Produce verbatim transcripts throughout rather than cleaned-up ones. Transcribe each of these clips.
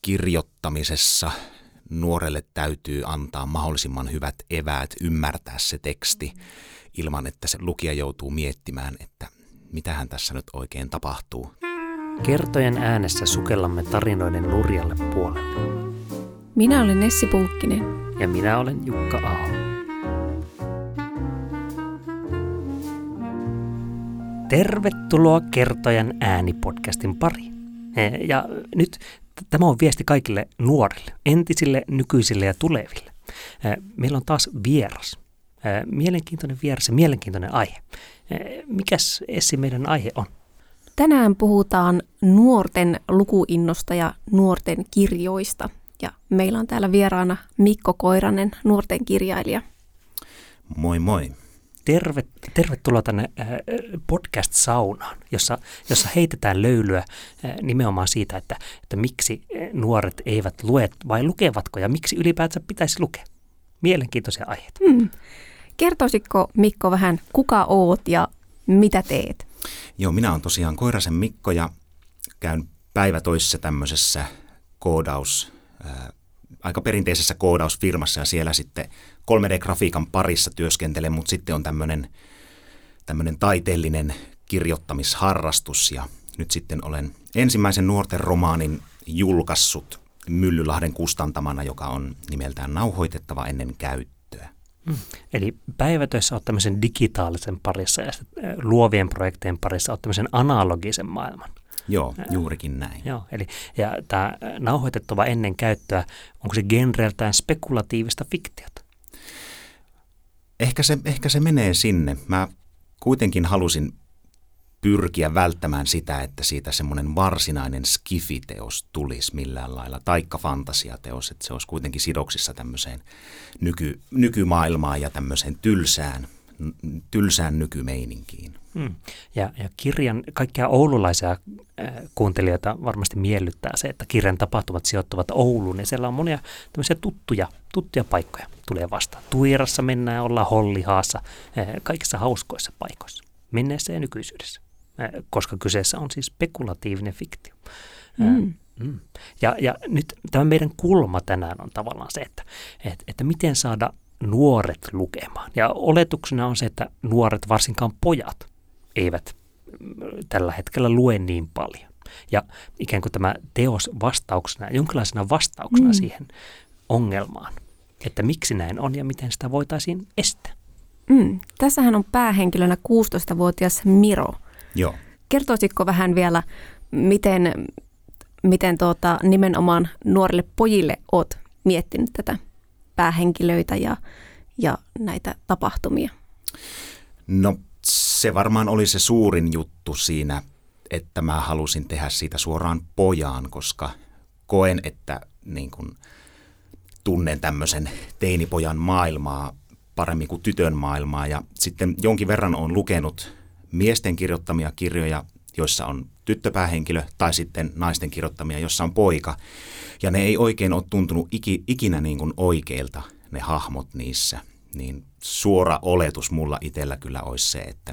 kirjoittamisessa nuorelle täytyy antaa mahdollisimman hyvät eväät ymmärtää se teksti ilman, että se lukija joutuu miettimään, että mitähän tässä nyt oikein tapahtuu. Kertojen äänessä sukellamme tarinoiden nurjalle puolelle. Minä olen Nessi Pulkkinen. Ja minä olen Jukka Aho. Tervetuloa Kertojen ääni-podcastin pariin. Ja nyt tämä on viesti kaikille nuorille, entisille, nykyisille ja tuleville. Meillä on taas vieras. Mielenkiintoinen vieras ja mielenkiintoinen aihe. Mikäs Essi meidän aihe on? Tänään puhutaan nuorten lukuinnosta ja nuorten kirjoista. Ja meillä on täällä vieraana Mikko Koiranen, nuorten kirjailija. Moi moi. Terve, tervetuloa tänne podcast-saunaan, jossa, jossa heitetään löylyä nimenomaan siitä, että, että miksi nuoret eivät lue vai lukevatko ja miksi ylipäätään pitäisi lukea. Mielenkiintoisia aiheita. Hmm. Kertoisitko Mikko vähän, kuka oot ja mitä teet? Joo, minä olen tosiaan Koirasen Mikko ja käyn päivätoisessa tämmöisessä koodaus, ää, aika perinteisessä koodausfirmassa ja siellä sitten kolme D-grafiikan parissa työskentelen, mutta sitten on tämmöinen, tämmöinen taiteellinen kirjoittamisharrastus ja nyt sitten olen ensimmäisen nuorten romaanin julkaissut Myllylahden kustantamana, joka on nimeltään Nauhoitettava ennen käyttöä. Hmm. Eli päivätöissä olet tämmöisen digitaalisen parissa ja luovien projektien parissa olet tämmöisen analogisen maailman. Joo, juurikin näin. Joo, eli ja tämä nauhoitettava ennen käyttöä, onko se genreltään spekulatiivista fiktiota? Ehkä se, ehkä se menee sinne. Mä kuitenkin halusin pyrkiä välttämään sitä, että siitä semmoinen varsinainen skifiteos tulisi millään lailla, taikka fantasiateos, että se olisi kuitenkin sidoksissa tämmöiseen nyky, nykymaailmaan ja tämmöiseen tylsään, tylsään nykymeininkiin. Hmm. Ja, ja kirjan kaikkia oululaisia äh, kuuntelijoita varmasti miellyttää se, että kirjan tapahtumat sijoittuvat Ouluun ja siellä on monia tämmöisiä tuttuja, tuttuja paikkoja tulee vastaan. Tuirassa mennään, ollaan Hollihaassa, äh, kaikissa hauskoissa paikoissa, menneessä ja nykyisyydessä, äh, koska kyseessä on siis spekulatiivinen fiktio. Hmm. Mm. Ja, ja nyt tämä meidän kulma tänään on tavallaan se, että, että, että miten saada nuoret lukemaan. Ja oletuksena on se, että nuoret, varsinkaan pojat, eivät tällä hetkellä lue niin paljon. Ja ikään kuin tämä teos vastauksena, jonkinlaisena vastauksena mm. siihen ongelmaan, että miksi näin on ja miten sitä voitaisiin estää. Mm. Tässähän on päähenkilönä kuusitoistavuotias Miro. Joo. Kertoisitko vähän vielä, miten, miten tuota, nimenomaan nuorille pojille olet miettinyt tätä päähenkilöitä ja, ja näitä tapahtumia? No se varmaan oli se suurin juttu siinä, että mä halusin tehdä siitä suoraan pojaan, koska koen, että niin kun tunnen tämmöisen teinipojan maailmaa paremmin kuin tytön maailmaa. Ja sitten jonkin verran olen lukenut miesten kirjoittamia kirjoja, joissa on tyttöpäähenkilö, tai sitten naisten kirjoittamia, jossa on poika. Ja ne ei oikein ole tuntunut iki, ikinä niin kuin oikeilta ne hahmot niissä. Niin suora oletus mulla itsellä kyllä olisi se, että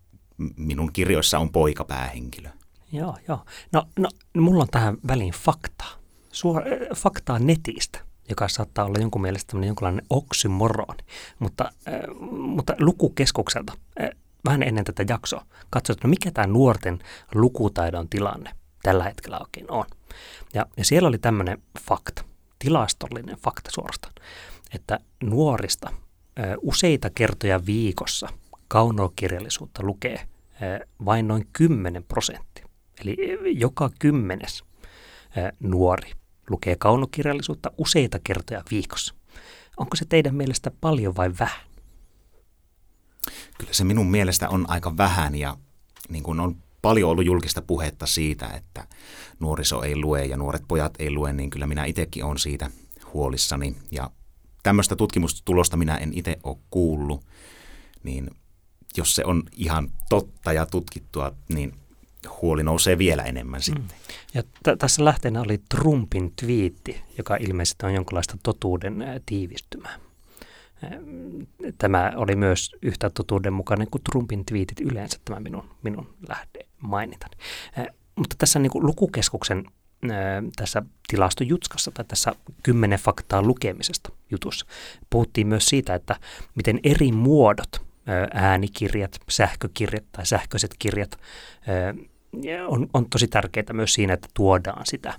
minun kirjoissa on poika päähenkilö. Joo, joo. No, no mulla on tähän väliin faktaa. Suora, faktaa netistä, joka saattaa olla jonkun mielestä tämmöinen jonkinlainen oksymoroni. Mutta, äh, mutta lukukeskukselta, äh, vähän ennen tätä jaksoa, katsoin, että no mikä tämä nuorten lukutaidon tilanne tällä hetkellä oikein on. Ja, ja siellä oli tämmöinen fakta, tilastollinen fakta suorastaan, että nuorista ö, useita kertoja viikossa kaunokirjallisuutta lukee ö, vain noin kymmenen prosenttia. Eli joka kymmenes ö, nuori lukee kaunokirjallisuutta useita kertoja viikossa. Onko se teidän mielestä paljon vai vähän? Kyllä se minun mielestä on aika vähän ja niin kuin on paljon ollut julkista puhetta siitä, että nuoriso ei lue ja nuoret pojat ei lue, niin kyllä minä itsekin olen siitä huolissani. Ja tämmöistä tutkimustulosta minä en itse ole kuullut, niin jos se on ihan totta ja tutkittua, niin huoli nousee vielä enemmän sitten. Mm. Ja t- tässä lähteenä oli Trumpin twiitti, joka ilmeisesti on jonkinlaista totuuden ä, tiivistymää. Tämä oli myös yhtä totuudenmukainen kuin Trumpin twiitit yleensä, tämä minun, minun lähde mainitani. Mutta tässä niin kuin lukukeskuksen tässä tilastojutskassa tai tässä kymmenen faktaa lukemisesta jutussa puhuttiin myös siitä, että miten eri muodot, äänikirjat, sähkökirjat tai sähköiset kirjat on, on tosi tärkeää myös siinä, että tuodaan sitä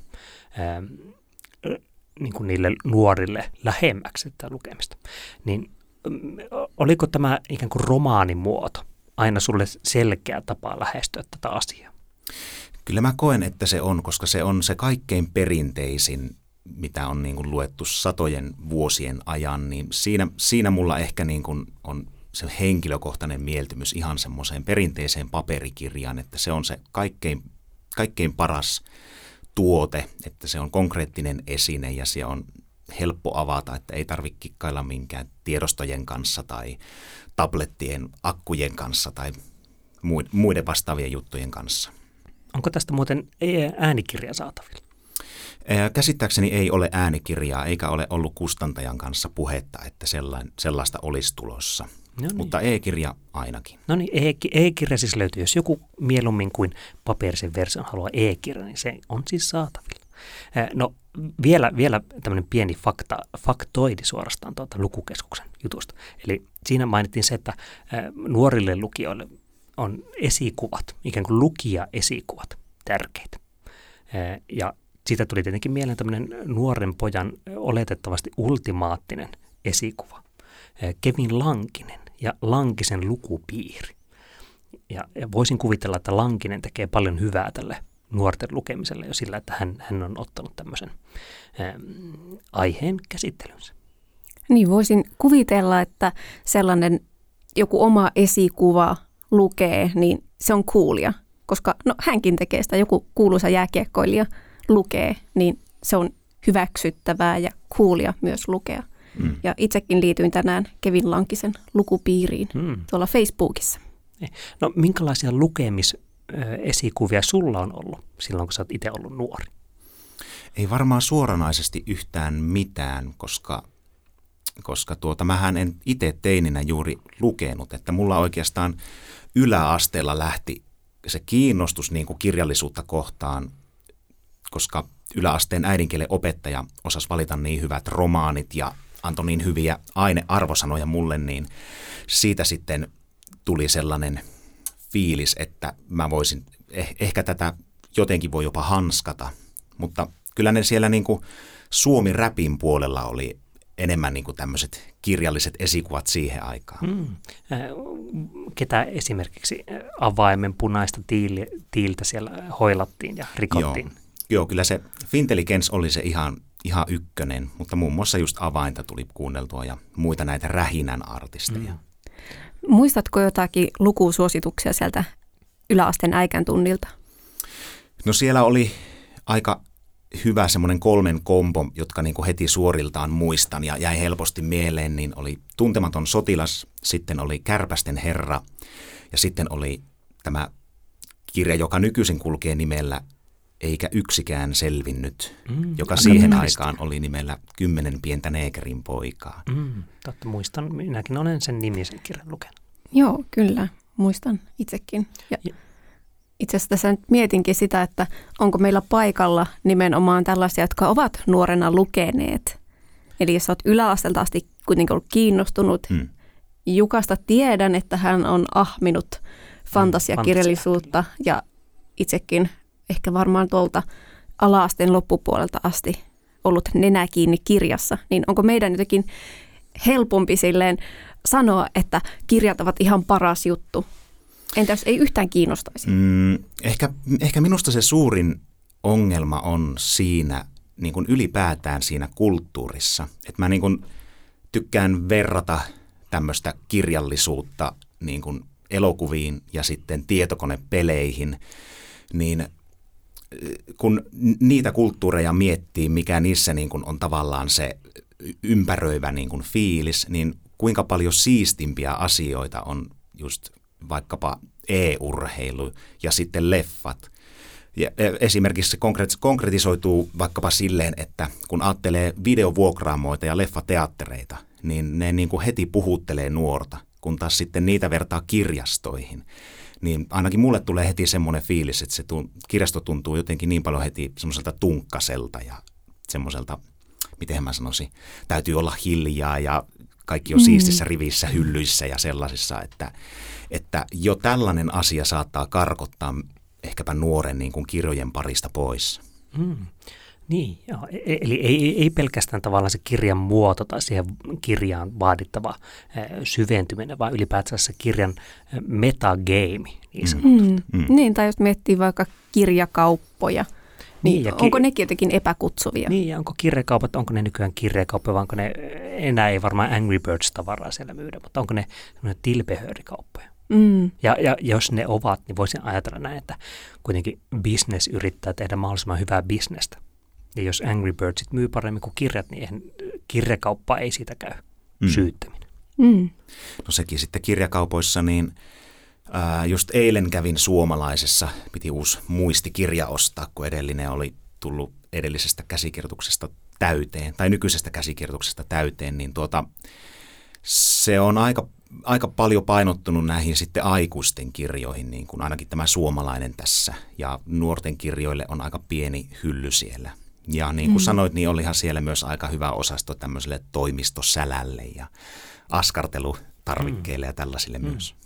niin kuin niille nuorille lähemmäksi tätä lukemista. Niin oliko tämä ikään kuin romaanimuoto aina sulle selkeä tapa lähestyä tätä asiaa? Kyllä mä koen, että se on, koska se on se kaikkein perinteisin, mitä on niin kuin luettu satojen vuosien ajan, niin siinä, siinä mulla ehkä niin kuin on se henkilökohtainen mieltymys ihan semmoiseen perinteiseen paperikirjaan, että se on se kaikkein, kaikkein paras tuote, että se on konkreettinen esine ja se on helppo avata, että ei tarvitse kikkailla minkään tiedostojen kanssa tai tablettien akkujen kanssa tai muiden vastaavien juttujen kanssa. Onko tästä muuten äänikirja saatavilla? Käsittääkseni ei ole äänikirjaa eikä ole ollut kustantajan kanssa puhetta, että sellain, sellaista olisi tulossa. No niin. Mutta e-kirja ainakin. No niin, e-kirja siis löytyy. Jos joku mieluummin kuin paperisen version haluaa e-kirja, niin se on siis saatavilla. No vielä, vielä tämmöinen pieni fakta, faktoidi suorastaan tuolta Lukukeskuksen jutusta. Eli siinä mainittiin se, että nuorille lukijoille on esikuvat, ikään kuin lukija-esikuvat tärkeitä. Ja siitä tuli tietenkin mieleen tämmöinen nuoren pojan oletettavasti ultimaattinen esikuva. Kevin Lankinen ja Lankisen lukupiiri. Ja, ja voisin kuvitella, että Lankinen tekee paljon hyvää tälle nuorten lukemiselle jo sillä, että hän, hän on ottanut tämmöisen ää, aiheen käsittelynsä. Niin, voisin kuvitella, että sellainen joku oma esikuva lukee, niin se on coolia, koska no, hänkin tekee sitä, joku kuuluisa jääkiekkoilija lukee, niin se on hyväksyttävää ja coolia myös lukea. Mm. Ja itsekin liityin tänään Kevin Lankisen lukupiiriin mm. tuolla Facebookissa. No minkälaisia lukemisesikuvia sulla on ollut silloin, kun sä oot itse ollut nuori? Ei varmaan suoranaisesti yhtään mitään, koska, koska tuota, mähän en itse teininä juuri lukenut. Että mulla oikeastaan yläasteella lähti se kiinnostus niin kuin kirjallisuutta kohtaan, koska yläasteen äidinkielen opettaja osasi valita niin hyvät romaanit ja antoi niin hyviä ainearvosanoja mulle, niin siitä sitten tuli sellainen fiilis, että mä voisin, eh, ehkä tätä jotenkin voi jopa hanskata, mutta kyllä ne siellä niin kuin Suomi-räpin puolella oli enemmän niin kuin tämmöiset kirjalliset esikuvat siihen aikaan. Hmm. Ketä esimerkiksi avaimen punaista tiili, tiiltä siellä hoilattiin ja rikottiin? Joo, Joo kyllä se Fintelligence oli se ihan, ihan ykkönen, mutta muun muassa just Avainta tuli kuunneltua ja muita näitä rähinän artisteja. Hmm. Muistatko jotakin lukusuosituksia sieltä yläasteen äikän tunnilta? No siellä oli aika hyvä semmoinen kolmen kombo, jotka niin kuin heti suoriltaan muistan ja jäi helposti mieleen, niin oli Tuntematon sotilas, sitten oli Kärpästen herra ja sitten oli tämä kirja, joka nykyisin kulkee nimellä Eikä yksikään selvinnyt, mm, joka siihen mielestä. aikaan oli nimellä Kymmenen pientä neekerin poikaa. Mm, totta, muistan. Minäkin olen sen nimisen kirjan lukenut. Joo, kyllä. Muistan itsekin. Ja ja. Itse asiassa tässä nyt mietinkin sitä, että onko meillä paikalla nimenomaan tällaisia, jotka ovat nuorena lukeneet. Eli jos olet yläasteelta asti kuitenkin ollut kiinnostunut. Mm. Jukasta tiedän, että hän on ahminut fantasiakirjallisuutta mm, ja itsekin ehkä varmaan tuolta ala-asteen loppupuolelta asti ollut nenä kiinni kirjassa, niin onko meidän jotenkin helpompi silleen sanoa, että kirjat ovat ihan paras juttu? Entä jos ei yhtään kiinnostaisi? Mm, ehkä, ehkä minusta se suurin ongelma on siinä niin kuin ylipäätään siinä kulttuurissa. Että mä niin kuin tykkään verrata tämmöistä kirjallisuutta niin kuin elokuviin ja sitten tietokonepeleihin, niin kun niitä kulttuureja miettii, mikä niissä niin kuin on tavallaan se ympäröivä niin kuin fiilis, niin kuinka paljon siistimpiä asioita on just vaikkapa e-urheilu ja sitten leffat. Ja esimerkiksi se konkretisoituu vaikkapa silleen, että kun ajattelee videovuokraamoita ja leffateattereita, niin ne niin kuin heti puhuttelee nuorta, kun taas sitten niitä vertaa kirjastoihin. niin ainakin mulle tulee heti semmoinen fiilis, että se tun, kirjasto tuntuu jotenkin niin paljon heti semmoiselta tunkkaselta ja semmoiselta, miten mä sanoisin, täytyy olla hiljaa ja kaikki on mm. siistissä rivissä, hyllyissä ja sellaisissa, että, että jo tällainen asia saattaa karkottaa ehkäpä nuoren niin kuin kirjojen parista pois. Mm. Niin, joo. Eli ei, ei pelkästään tavallaan se kirjan muoto tai siihen kirjaan vaadittava syventyminen, vaan ylipäätään se kirjan metagame, niin sanotusti. Mm. Mm. Niin, tai jos miettii vaikka kirjakauppoja, niin, niin onko ki- nekin jotenkin epäkutsuvia? Niin, ja onko kirjakaupat, onko ne nykyään kirjakauppoja, vai onko ne, enää ei varmaan Angry Birds-tavaraa siellä myydä, mutta onko ne tilpehöörikauppoja? Mm. Ja, ja jos ne ovat, niin voisin ajatella näin, että kuitenkin business yrittää tehdä mahdollisimman hyvää bisnestä. Ja jos Angry Birdsit myy paremmin kuin kirjat, niin eihän kirjakauppa ei siitä käy mm. syyttäminen. Mm. No sekin sitten kirjakaupoissa, niin ää, just eilen kävin Suomalaisessa, piti uusi muistikirja ostaa, kun edellinen oli tullut edellisestä käsikirjoituksesta täyteen, tai nykyisestä käsikirjoituksesta täyteen, niin tuota, se on aika, aika paljon painottunut näihin sitten aikuisten kirjoihin, niin kuin ainakin tämä suomalainen tässä, ja nuorten kirjoille on aika pieni hylly siellä. Ja niin kuin mm. sanoit, niin olihan siellä myös aika hyvä osasto tämmöiselle toimistosälälle ja askartelutarvikkeille mm. ja tällaisille mm. myös.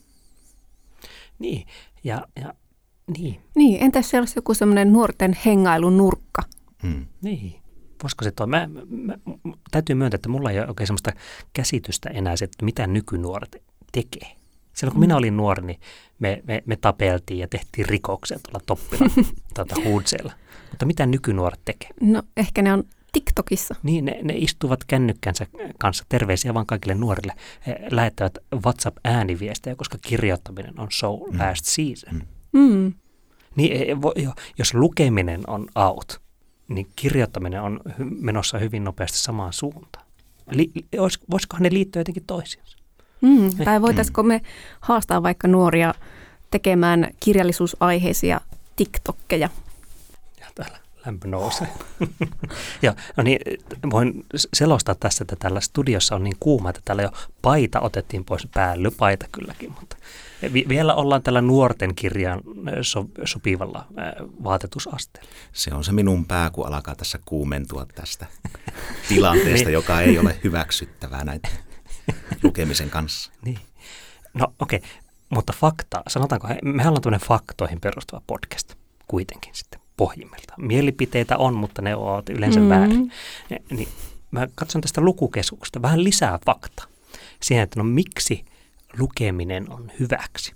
Niin, ja, ja niin. Niin, entäs siellä olisi joku semmoinen nuorten hengailunurkka? Mm. Niin, voisiko se toimia? Mä, mä, mä, täytyy myöntää, että mulla ei ole oikein semmoista käsitystä enää, että mitä nykynuoret tekee. Silloin kun mm. minä olin nuori, niin me, me, me tapeltiin ja tehtiin rikoksia tuolla Toppilan tuota, Huudseella. Mutta mitä nykynuoret tekee? No ehkä ne on TikTokissa. Niin, ne, ne istuvat kännykkänsä kanssa, terveisiä vaan kaikille nuorille, he lähettävät WhatsApp-ääniviestejä, koska kirjoittaminen on so mm. last season. Mm. Niin, jos lukeminen on out, niin kirjoittaminen on menossa hyvin nopeasti samaan suuntaan. Li, voisikohan ne liittyä jotenkin toisiinsa? Mm, tai voitaisiko me haastaa vaikka nuoria tekemään kirjallisuusaiheisia TikTokkeja? Ja täällä lämpö nousee. ja, no niin, voin selostaa tässä, että täällä studiossa on niin kuuma, että täällä jo paita otettiin pois, päällypaita kylläkin, mutta vi- vielä ollaan tällä nuorten kirjan so- sopivalla vaatetusasteella. Se on se minun pää, kun alkaa tässä kuumentua tästä tilanteesta, joka ei ole hyväksyttävää näitä lukemisen kanssa. Niin. No okei, okay. Mutta fakta, sanotaanko, mehän ollaan tämmöinen faktoihin perustuva podcast kuitenkin sitten pohjimmiltaan. Mielipiteitä on, mutta ne ovat yleensä mm. väärin. Ja, niin, mä katson tästä lukukeskuksesta vähän lisää faktaa siihen, että no miksi lukeminen on hyväksi.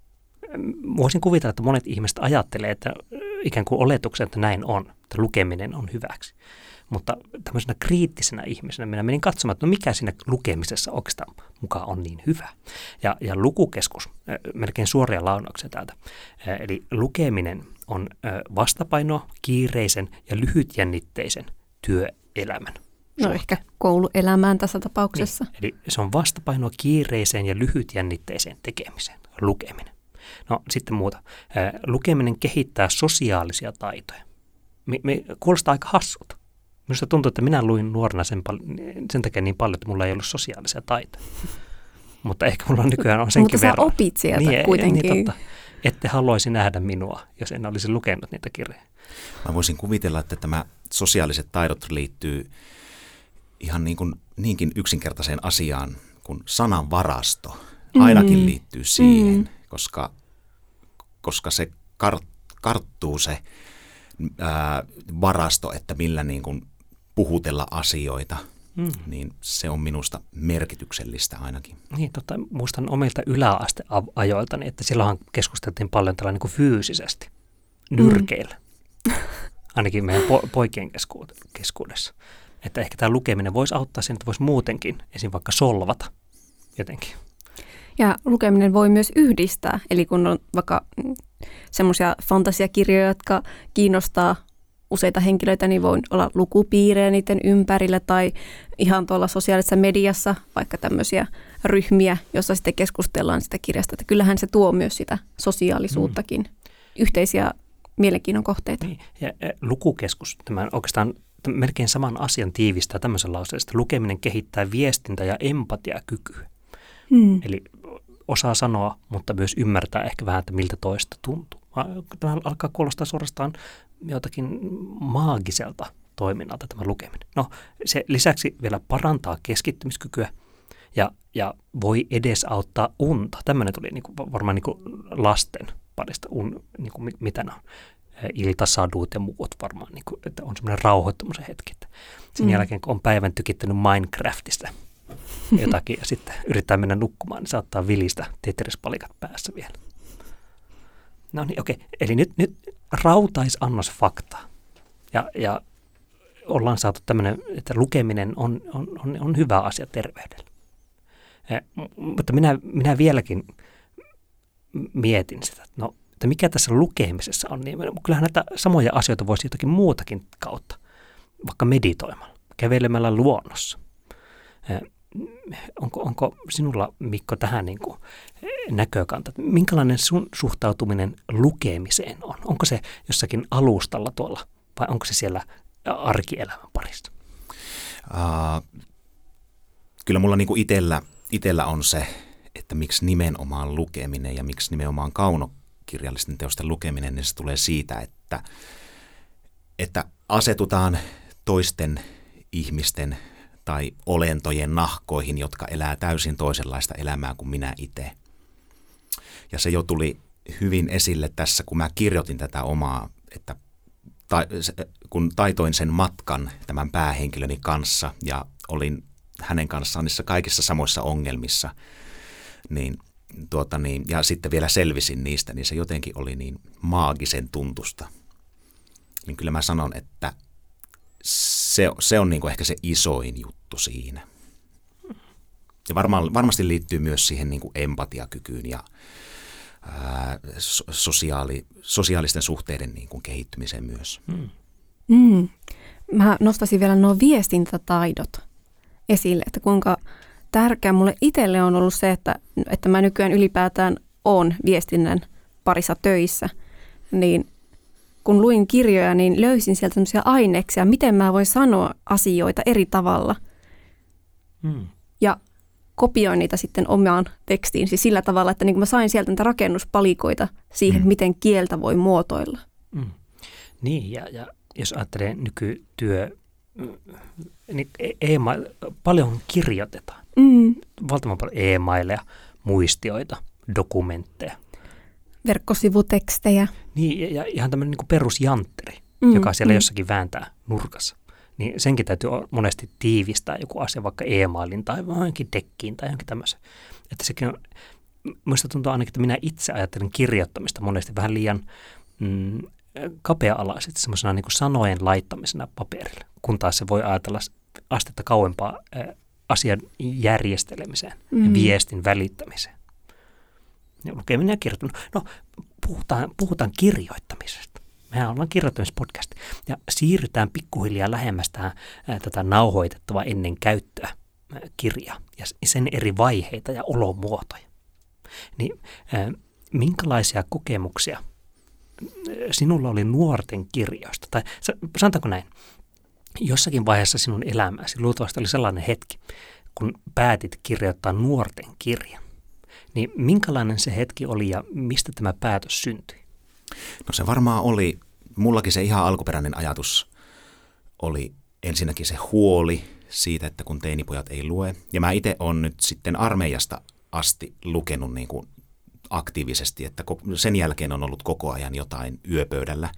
Voisin kuvitella, että monet ihmiset ajattelee, että ikään kuin oletuksen, että näin on, että lukeminen on hyväksi. Mutta tämmöisenä kriittisenä ihmisenä minä menin katsomaan, että no mikä siinä lukemisessa oikeastaan mukaan on niin hyvä. Ja, ja lukukeskus, melkein suoria launauksia täältä. Eli lukeminen on vastapaino kiireisen ja lyhytjännitteisen työelämän. No ehkä kouluelämään tässä tapauksessa. Niin, eli se on vastapainoa kiireiseen ja lyhytjännitteiseen tekemiseen, lukeminen. No sitten muuta. Lukeminen kehittää sosiaalisia taitoja. Me, me kuulostaa aika hassulta. Minusta tuntuu, että minä luin nuorena sen, pal- sen takia niin paljon, että mulla ei ollut sosiaalisia taitoja. Mutta ehkä mulla nykyään on senkin verran. Mutta sä opit sieltä niin, kuitenkin. Niin, totta. Ette haluaisi nähdä minua, jos en olisi lukenut niitä kirjoja. Mä voisin kuvitella, että tämä sosiaaliset taidot liittyy ihan niin kuin, niinkin yksinkertaiseen asiaan kuin sananvarasto. Ainakin mm. liittyy siihen, mm. koska, koska se kart, karttuu se ää, varasto, että millä niin kuin puhutella asioita. Mm. Niin se on minusta merkityksellistä ainakin. Niin, totta. Muistan omilta yläasteajoiltani, että silloinhan keskusteltiin paljon tällä niin kuin fyysisesti, nyrkeillä. Mm. Ainakin meidän po- poikien keskuudessa. Että ehkä tämä lukeminen voisi auttaa sen, että voisi muutenkin esim. Vaikka solvata jotenkin. Ja lukeminen voi myös yhdistää. Eli kun on vaikka semmoisia fantasiakirjoja, jotka kiinnostaa useita henkilöitä, niin voi olla lukupiirejä niiden ympärillä tai ihan tuolla sosiaalisessa mediassa vaikka tämmöisiä ryhmiä, joissa sitten keskustellaan sitä kirjasta. Että kyllähän se tuo myös sitä sosiaalisuuttakin, mm. yhteisiä mielenkiinnon kohteita. Niin. Ja lukukeskus, tämä oikeastaan melkein saman asian tiivistää tämmöisen lauseen, että lukeminen kehittää viestintä- ja empatiakykyä. Mm. Eli osaa sanoa, mutta myös ymmärtää ehkä vähän, että miltä toista tuntuu. Tämä alkaa kuulostaa suorastaan jotakin maagiselta toiminnalta tämä lukeminen. No se lisäksi vielä parantaa keskittymiskykyä ja, ja voi edesauttaa unta. Tämmöinen tuli niin kuin, varmaan niin kuin lasten parista, un, niin kuin mitä ne on, iltasadut ja muut varmaan, niin kuin, että on semmoinen rauhoittumisen hetki. Että sen mm. jälkeen, kun on päivän tykittänyt Minecraftista jotakin ja sitten yrittää mennä nukkumaan, niin saattaa vilistä Tetris-palikat päässä vielä. No niin, okei. Eli nyt, nyt rautaisannos faktaa. Ja, ja ollaan saatu tämmöinen, että lukeminen on, on, on, on hyvä asia terveydelle. Ja, mutta minä, minä vieläkin mietin sitä, että no, että mikä tässä lukemisessa on. Niin kyllähän näitä samoja asioita voisi jotakin muutakin kautta, vaikka meditoimalla, kävelemällä luonnossa. Onko, onko sinulla, Mikko, tähän niin kuin näkökanta? Minkälainen sun suhtautuminen lukemiseen on? Onko se jossakin alustalla tuolla vai onko se siellä arkielämän parissa? Uh, kyllä mulla niin kuin itellä, itellä on se, että miksi nimenomaan lukeminen ja miksi nimenomaan kaunokirjallisten teosten lukeminen, niin se tulee siitä, että, että asetutaan toisten ihmisten tai olentojen nahkoihin, jotka elää täysin toisenlaista elämää kuin minä itse. Ja se jo tuli hyvin esille tässä, kun mä kirjoitin tätä omaa, että ta, kun taitoin sen matkan tämän päähenkilöni kanssa ja olin hänen kanssaan niissä kaikissa samoissa ongelmissa, niin, tuota niin, ja sitten vielä selvisin niistä, niin se jotenkin oli niin maagisen tuntusta. Niin kyllä mä sanon, että Se, se on niin kuin ehkä se isoin juttu siinä. Ja varmaan, varmasti liittyy myös siihen niin kuin empatiakykyyn ja ää, sosiaali, sosiaalisten suhteiden niin kuin kehittymiseen myös. Mm. Mm. Mä nostaisin vielä nuo viestintätaidot esille, että kuinka tärkeää mulle itselle on ollut se, että, että mä nykyään ylipäätään oon viestinnän parissa töissä, niin kun luin kirjoja, niin löysin sieltä sellaisia aineksia, miten mä voin sanoa asioita eri tavalla. Hmm. Ja kopioin niitä sitten omaan tekstiin, siis sillä tavalla, että niin mä sain sieltä niitä rakennuspalikoita siihen, hmm. miten kieltä voi muotoilla. Hmm. Niin, ja, ja jos ajattelee nykytyö, niin e-mail, paljon kirjoitetaan. Hmm. Valtavan paljon e-maileja, muistioita, dokumentteja. Verkkosivutekstejä. Niin, ja ihan tämmöinen niin kuin perusjantteri, mm, joka siellä mm. jossakin vääntää nurkassa. Niin senkin täytyy monesti tiivistää joku asia, vaikka e-mailin tai johonkin dekkiin tai johonkin tämmöisen. Että sekin on, minusta tuntuu ainakin, että minä itse ajattelen kirjoittamista monesti vähän liian mm, kapea-alaisesti, semmoisena niin kuin sanojen laittamisena paperille, kun taas se voi ajatella astetta kauempaa ä, asian järjestelemiseen mm. ja viestin välittämiseen. Ja lukeminen ja kirjoittaminen. No, puhutaan, puhutaan kirjoittamisesta. Mehän ollaan kirjoittamispodcast. Ja siirrytään pikkuhiljaa lähemmäs tähän, ää, tätä nauhoitettavaa ennen käyttöä ää, kirjaa ja sen eri vaiheita ja olomuotoja. Niin ää, minkälaisia kokemuksia ää, sinulla oli nuorten kirjoista? Tai sanotaanko näin, jossakin vaiheessa sinun elämäsi luultavasti oli sellainen hetki, kun päätit kirjoittaa nuorten kirjan. Niin minkälainen se hetki oli ja mistä tämä päätös syntyi? No se varmaan oli, mullakin se ihan alkuperäinen ajatus oli ensinnäkin se huoli siitä, että kun teinipojat ei lue. Ja mä itse olen nyt sitten armeijasta asti lukenut niin kuin aktiivisesti, että sen jälkeen on ollut koko ajan jotain yöpöydällä.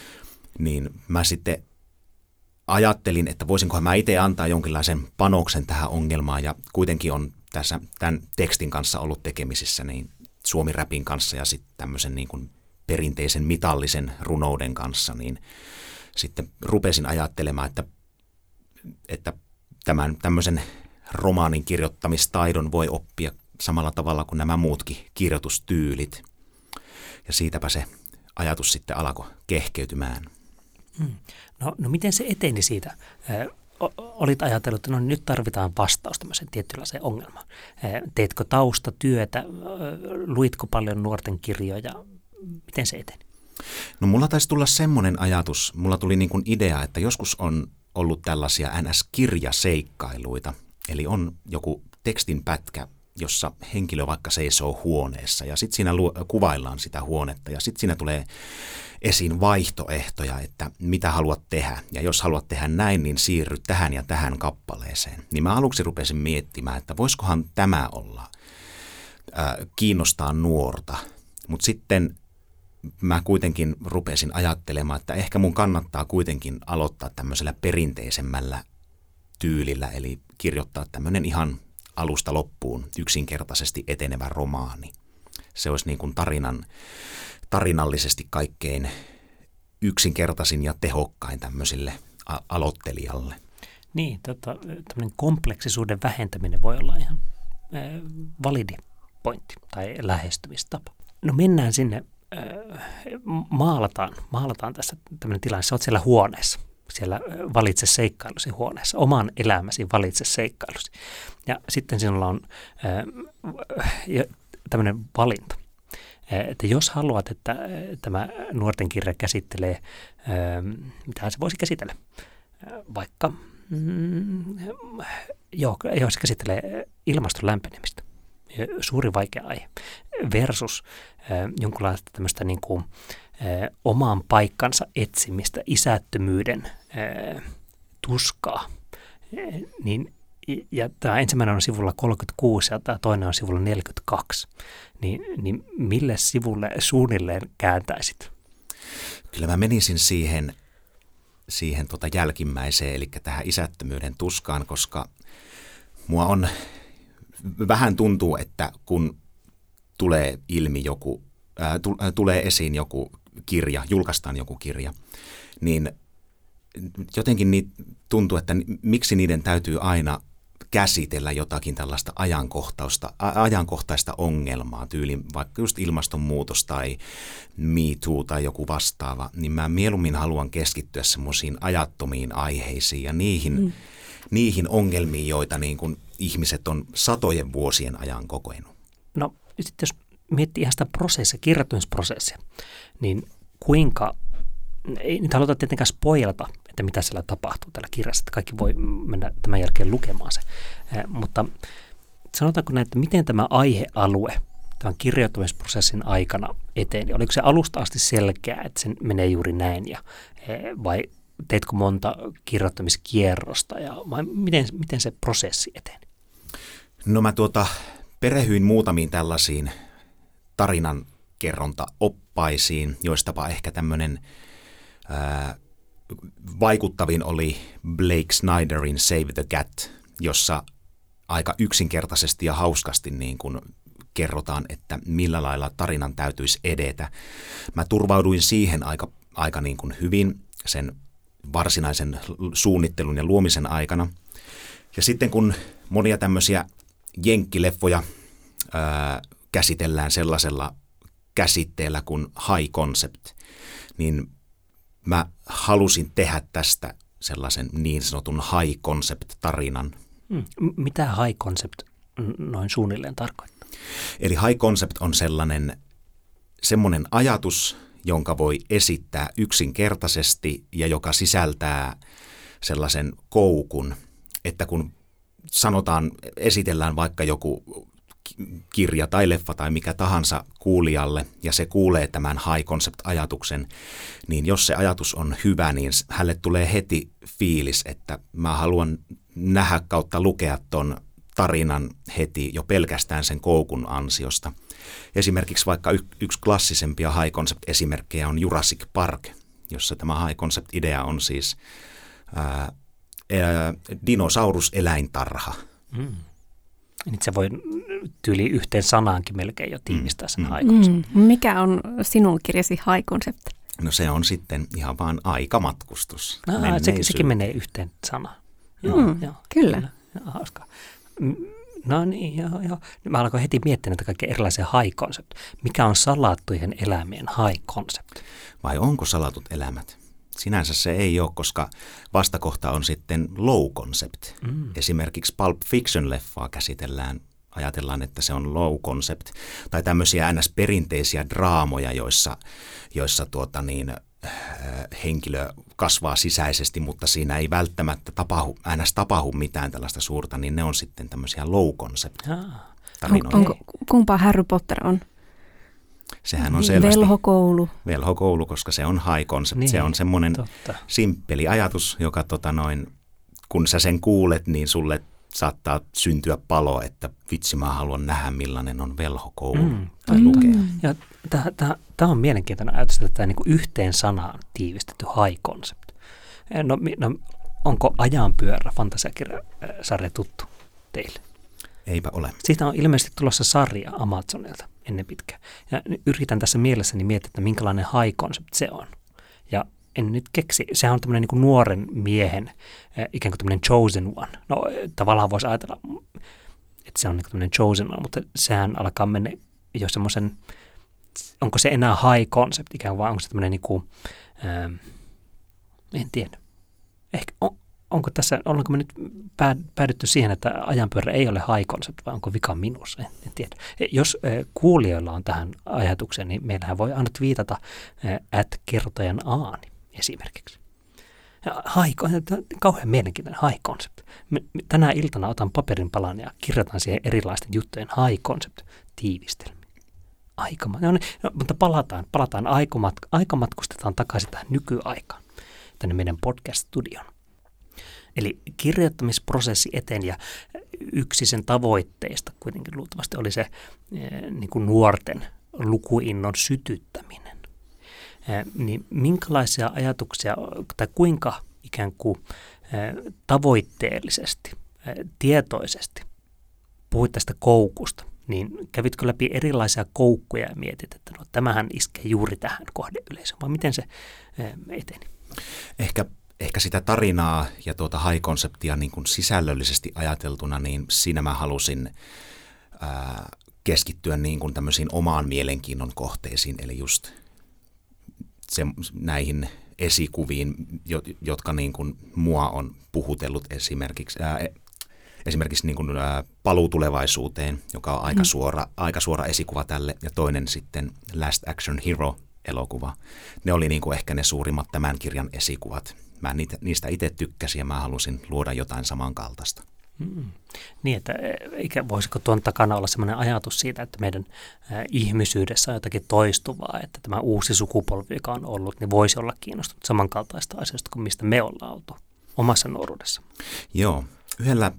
Niin mä sitten ajattelin, että voisinkohan mä itse antaa jonkinlaisen panoksen tähän ongelmaan ja kuitenkin on tässä tämän tekstin kanssa ollut tekemisissä niin suomi-räpin kanssa ja sitten tämmöisen niin kuin perinteisen mitallisen runouden kanssa, niin sitten rupesin ajattelemaan, että, että tämän tämmöisen romaanin kirjoittamistaidon voi oppia samalla tavalla kuin nämä muutkin kirjoitustyylit. Ja siitäpä se ajatus sitten alkoi kehkeytymään. Hmm. No, no miten se eteni siitä? Olit ajatellut, että no, nyt tarvitaan vastaus tämmöiseen tietynlaiseen ongelmaan. Teetkö taustatyötä? Luitko paljon nuorten kirjoja? Miten se eteni? No mulla taisi tulla semmoinen ajatus, mulla tuli niin kuin idea, että joskus on ollut tällaisia N S-kirjaseikkailuita. Eli on joku tekstin pätkä, jossa henkilö vaikka seisoo huoneessa ja sitten siinä lu- kuvaillaan sitä huonetta ja sitten siinä tulee esiin vaihtoehtoja, että mitä haluat tehdä. Ja jos haluat tehdä näin, niin siirry tähän ja tähän kappaleeseen. Niin mä aluksi rupesin miettimään, että voisikohan tämä olla, äh, kiinnostaa nuorta. Mutta sitten mä kuitenkin rupesin ajattelemaan, että ehkä mun kannattaa kuitenkin aloittaa tämmöisellä perinteisemmällä tyylillä, eli kirjoittaa tämmöinen ihan alusta loppuun yksinkertaisesti etenevä romaani. Se olisi niin kuin tarinan, tarinallisesti kaikkein yksinkertaisin ja tehokkain tämmöisille a- aloittelijalle. Niin, tota, tämmöinen kompleksisuuden vähentäminen voi olla ihan äh, validi pointti tai lähestymistapa. No mennään sinne, äh, maalataan, maalataan tässä tämmöinen tilanne, sä oot siellä huoneessa. Siellä valitse seikkailusi huoneessa, oman elämäsi valitse seikkailusi. Ja sitten sinulla on äh, tämmöinen valinta, että jos haluat, että tämä nuorten kirja käsittelee, äh, mitä se voisi käsitellä, vaikka, mm, joo, joo, se käsittelee ilmaston lämpenemistä, suuri vaikea aihe, versus äh, jonkunlaista tämmöistä niin kuin, äh, oman paikkansa etsimistä, isättömyyden äh, tuskaa. Äh, niin, ja tämä ensimmäinen on sivulla kolmekymmentäkuusi ja tämä toinen on sivulla neljäkymmentäkaksi. Niin, niin mille sivulle suunnilleen kääntäisit? Kyllä mä menisin siihen, siihen tota jälkimmäiseen, eli tähän isättömyyden tuskaan, koska mua on vähän tuntuu, että kun tulee ilmi joku, ää, t- tulee esiin joku kirja, julkaistaan joku kirja, niin jotenkin ni- tuntuu, että miksi niiden täytyy aina käsitellä jotakin tällaista ajankohtaista, a- ajankohtaista ongelmaa, tyyliin vaikka just ilmastonmuutos tai Me Too tai joku vastaava, niin mä mieluummin haluan keskittyä semmoisiin ajattomiin aiheisiin ja niihin, mm. niihin ongelmiin, joita niin kuin ihmiset on satojen vuosien ajan kokenut. No sitten jos miettii ihan sitä prosessia, kirjoittamisprosessia, niin kuinka, ei nyt haluta tietenkään spoilata, että mitä siellä tapahtuu tällä kirjassa, että kaikki voi mennä tämän jälkeen lukemaan se, eh, mutta sanotaanko näin, että miten tämä aihealue tämän kirjoittamisprosessin aikana eteni? Oliko se alusta asti selkeä, että se menee juuri näin, ja, eh, vai teitkö monta kirjoittamiskierrosta, ja vai miten, miten se prosessi eteni? No mä tuota, perehyin muutamiin tällaisiin tarinankerrontaoppaisiin, joistapa ehkä tämmöinen ää, vaikuttavin oli Blake Snyderin Save the Cat, jossa aika yksinkertaisesti ja hauskasti niin kuin kerrotaan, että millä lailla tarinan täytyisi edetä. Mä turvauduin siihen aika, aika niin kuin hyvin sen varsinaisen suunnittelun ja luomisen aikana. Ja sitten kun monia tämmöisiä jenkkileffoja ää, käsitellään sellaisella käsitteellä kuin high concept, niin mä halusin tehdä tästä sellaisen niin sanotun high concept tarinan. Hmm. Mitä high concept noin suunnilleen tarkoittaa? Eli high concept on sellainen semmoinen ajatus, jonka voi esittää yksinkertaisesti ja joka sisältää sellaisen koukun, että kun sanotaan, esitellään vaikka joku kirja tai leffa tai mikä tahansa kuulijalle ja se kuulee tämän high concept-ajatuksen, niin jos se ajatus on hyvä, niin hänelle tulee heti fiilis, että mä haluan nähdä kautta lukea ton tarinan heti jo pelkästään sen koukun ansiosta. Esimerkiksi vaikka y- yksi klassisempia high concept-esimerkkejä on Jurassic Park, jossa tämä high concept-idea on siis ää, ää, dinosauruseläintarha. Mm. Nyt se voi tyyli yhteen sanaankin melkein jo tiivistää sen mm. high concept. Mm. Mikä on sinun kirjasi high concept? No se on sitten ihan vaan aikamatkustus. Ah, sekin, sekin menee yhteen sanaan. Joo, mm, joo, kyllä. kyllä. Joo, hauskaa. No niin, joo, joo. Mä alkoin heti miettiä näitä kaikkia erilaisia high concept. Mikä on salattujen elämien high concept? Vai onko salatut elämät? Sinänsä se ei ole, koska vastakohta on sitten low concept. Mm. Esimerkiksi Pulp Fiction-leffaa käsitellään, ajatellaan, että se on low concept. Tai tämmöisiä ns. Perinteisiä draamoja, joissa, joissa tuota niin, henkilö kasvaa sisäisesti, mutta siinä ei välttämättä tapahdu, ns. tapahdu mitään tällaista suurta, niin ne on sitten tämmöisiä low concept. Ah, tarinoita. On, onko, kumpaa Harry Potter on? Sehän on selvästi velhokoulu. Velhokoulu, koska se on high concept. Niin, se on semmoinen totta. simppeli ajatus, joka tota noin, kun sä sen kuulet, niin sulle saattaa syntyä palo, että vitsi mä haluan nähdä millainen on velhokoulu Mm, tai totta. lukea. Ja tämä on mielenkiintoinen ajatus, että tämä niin yhteen sanaan tiivistetty high concept. No, no onko Ajanpyörä fantasiakirjasarja tuttu teille? Eipä ole. Siitä on ilmeisesti tulossa sarja Amazonilta ennen pitkään. Ja yritän tässä mielessäni miettiä, että minkälainen high concept se on. Ja en nyt keksi. Sehän on tämmöinen niin kuin nuoren miehen, ikään kuin tämmöinen chosen one. No tavallaan voisi ajatella, että se on niin kuin tämmöinen chosen one, mutta sehän alkaa mennä jo semmoisen, onko se enää high concept ikään kuin, vai onko se tämmöinen niin kuin, ähm, en tiedä. Ehkä on, onko tässä, ollaanko me nyt päädytty siihen, että Ajanpyörä ei ole high concept, vai onko vika minussa? En, en tiedä. Jos äh, kuulijoilla on tähän ajatukseen, niin meillähän voi aina viitata äh, at kertojan aani esimerkiksi. High, kauhean mielenkiintoinen high concept. Tänä iltana otan paperin palan ja kirjoitan siihen erilaisten juttujen high concept tiivistelmiä. Aikamat, no, no, mutta palataan, palataan aikamat, aikamatkustetaan takaisin tähän nykyaikaan, tänne meidän podcast-studion. Eli kirjoittamisprosessi eteen ja yksi sen tavoitteista kuitenkin luultavasti oli se niin kuin nuorten lukuinnon sytyttäminen. Niin minkälaisia ajatuksia tai kuinka ikään kuin tavoitteellisesti, tietoisesti puhuit tästä koukusta, niin kävitkö läpi erilaisia koukkuja ja mietit, että no, tämähän iskee juuri tähän kohdeyleisöön, vai miten se eteni? Ehkä, ehkä sitä tarinaa ja tuota high-konseptia niin kuin sisällöllisesti ajateltuna, niin siinä mä halusin ää, keskittyä niin kuin tämmöisiin omaan mielenkiinnon kohteisiin, eli just se, näihin esikuviin, jotka niin kuin mua on puhutellut esimerkiksi, ää, esimerkiksi niin kuin, ää, Paluu tulevaisuuteen, joka on aika, mm. suora, aika suora esikuva tälle, ja toinen sitten Last Action Hero-elokuva. Ne oli niin kuin ehkä ne suurimmat tämän kirjan esikuvat. Mä niitä, niistä itse tykkäsin ja mä halusin luoda jotain samankaltaista. Mm. Niin, että eikä voisiko tuon takana olla sellainen ajatus siitä, että meidän äh, ihmisyydessä on jotakin toistuvaa, että tämä uusi sukupolvi, joka on ollut, niin voisi olla kiinnostunut samankaltaista asioista kuin mistä me ollaan oltu omassa nuoruudessa. Joo, yhdellä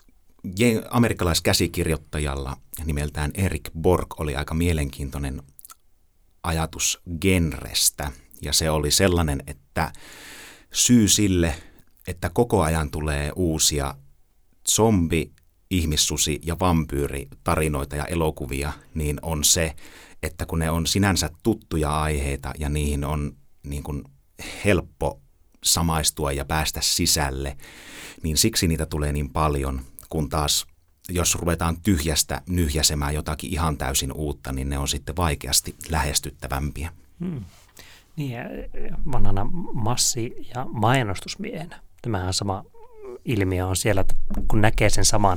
amerikkalaiskäsikirjoittajalla nimeltään Eric Borg oli aika mielenkiintoinen ajatus genrestä, ja se oli sellainen, että syy sille, että koko ajan tulee uusia zombi, ihmissusi ja vampyyri tarinoita ja elokuvia, niin on se, että kun ne on sinänsä tuttuja aiheita ja niihin on niin kuin helppo samaistua ja päästä sisälle, niin siksi niitä tulee niin paljon, kun taas jos ruvetaan tyhjästä nyhjäsemään jotakin ihan täysin uutta, niin ne on sitten vaikeasti lähestyttävämpiä. Hmm. Niin, vanhana massi- ja mainostusmiehenä. Tämähän sama ilmiö on siellä, että kun näkee sen saman,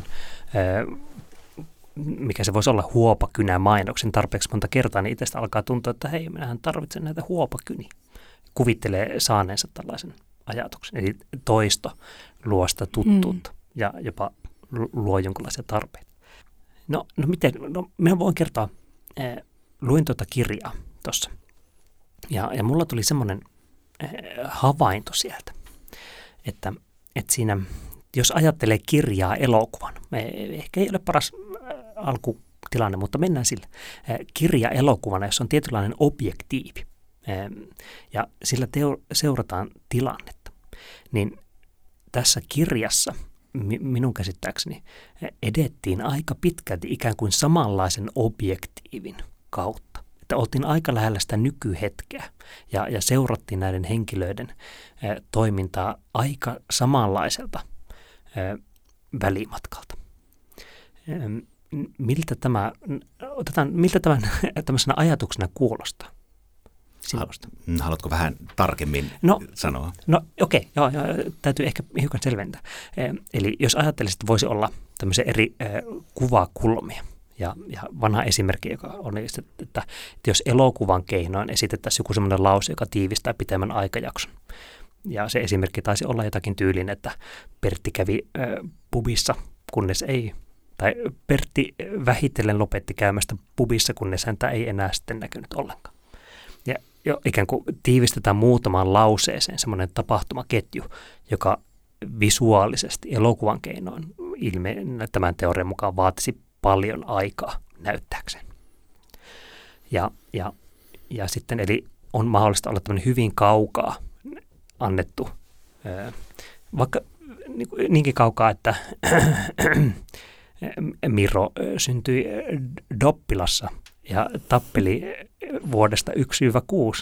mikä se voisi olla, huopakynä mainoksen tarpeeksi monta kertaa, niin itsestä alkaa tuntua, että hei, minähän tarvitsen näitä huopakyniä. Kuvittelee saaneensa tällaisen ajatuksen. Eli toisto luo sitä tuttuutta mm. ja jopa luo jonkinlaisia tarpeita. No, no miten, no minä voin kertoa, eh, luin tuota kirjaa tuossa. Ja, ja mulla tuli semmoinen eh, havainto sieltä, että, että siinä, jos ajattelee kirjaa elokuvan, eh, ehkä ei ole paras eh, alkutilanne, mutta mennään sillä. Eh, kirja elokuvana, jos on tietynlainen objektiivi, eh, ja sillä teo, seurataan tilannetta, niin tässä kirjassa minun käsittääkseni edettiin aika pitkälti ikään kuin samanlaisen objektiivin kautta. Että oltiin aika lähellä sitä nykyhetkeä ja, ja seurattiin näiden henkilöiden ä, toimintaa aika samanlaiselta ä, välimatkalta. Ä, miltä tämä, otetaan, miltä tämän tämmöisenä ajatuksena kuulostaa sinusta? Haluatko vähän tarkemmin no, sanoa? No okei, okay, joo, joo, täytyy ehkä hiukan selventää. Eli jos ajattelisit, että voisi olla tämmöisiä eri äh, kuvakulmia, ja, ja vanha esimerkki, joka on, että, että jos elokuvan keinoin esitettäisiin joku semmoinen lause, joka tiivistää pitemmän aikajakson. Ja se esimerkki taisi olla jotakin tyylin, että Pertti kävi äh, pubissa, kunnes ei Tai Pertti vähitellen lopetti käymästä pubissa, kun isäntä ei enää sitten näkynyt ollenkaan. Ja jo ikään kuin tiivistetään muutamaan lauseeseen semmoinen tapahtumaketju, joka visuaalisesti elokuvan keinoin ilme, tämän teorian mukaan vaatisi paljon aikaa näyttääkseen. Ja, ja, ja sitten eli on mahdollista olla tämmöinen hyvin kaukaa annettu, vaikka niinkin kaukaa, että Miro syntyi Doppilassa ja tappeli vuodesta yksi kuusi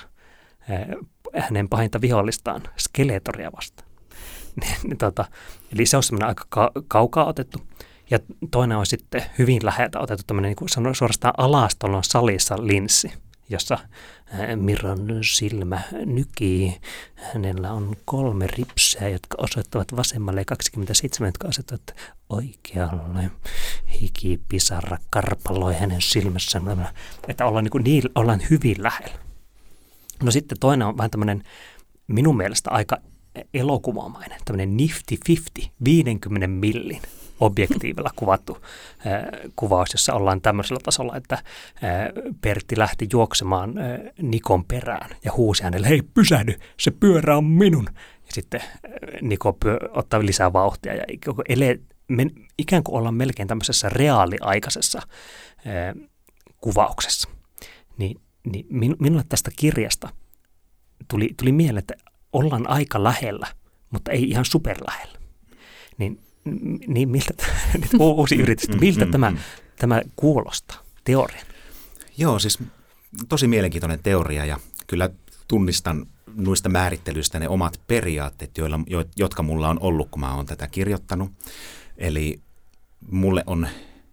hänen pahinta vihollistaan Skeletoria vastaan. tota, eli se on semmoinen aika ka- kaukaa otettu. Ja toinen on sitten hyvin läheltä otettu tämmöinen niin kuin suorastaan alastolon salissa linssi, jossa Miron silmä nykii. Hänellä on kolme ripseä, jotka osoittavat vasemmalle ja kaksikymmentäseitsemän, jotka osoittavat oikealle. Hiki, pisara, karpaloi hänen silmässään. Että ollaan, niin kuin, niin, ollaan hyvin lähellä. No sitten toinen on vähän tämmöinen minun mielestä aika elokuvamainen, tämmöinen nifty fifty, viidenkymmenen millin objektiivilla kuvattu äh, kuvaus, jossa ollaan tämmöisellä tasolla, että äh, Pertti lähti juoksemaan äh, Nikon perään ja huusi hänelle, hei pysähdy, se pyörä on minun. Ja sitten äh, Niko pyö, ottaa lisää vauhtia ja ele, men, ikään kuin ollaan melkein tämmöisessä reaaliaikaisessa äh, kuvauksessa. Niin, niin min, minulle tästä kirjasta tuli, tuli mieleen, että ollaan aika lähellä, mutta ei ihan superlähellä. Niin Niin miltä, nyt uusi yritys, miltä tämä, tämä kuulostaa teorian? Joo, siis tosi mielenkiintoinen teoria ja kyllä tunnistan noista määrittelyistä ne omat periaatteet, joilla, jotka mulla on ollut, kun mä oon tätä kirjoittanut. Eli mulle on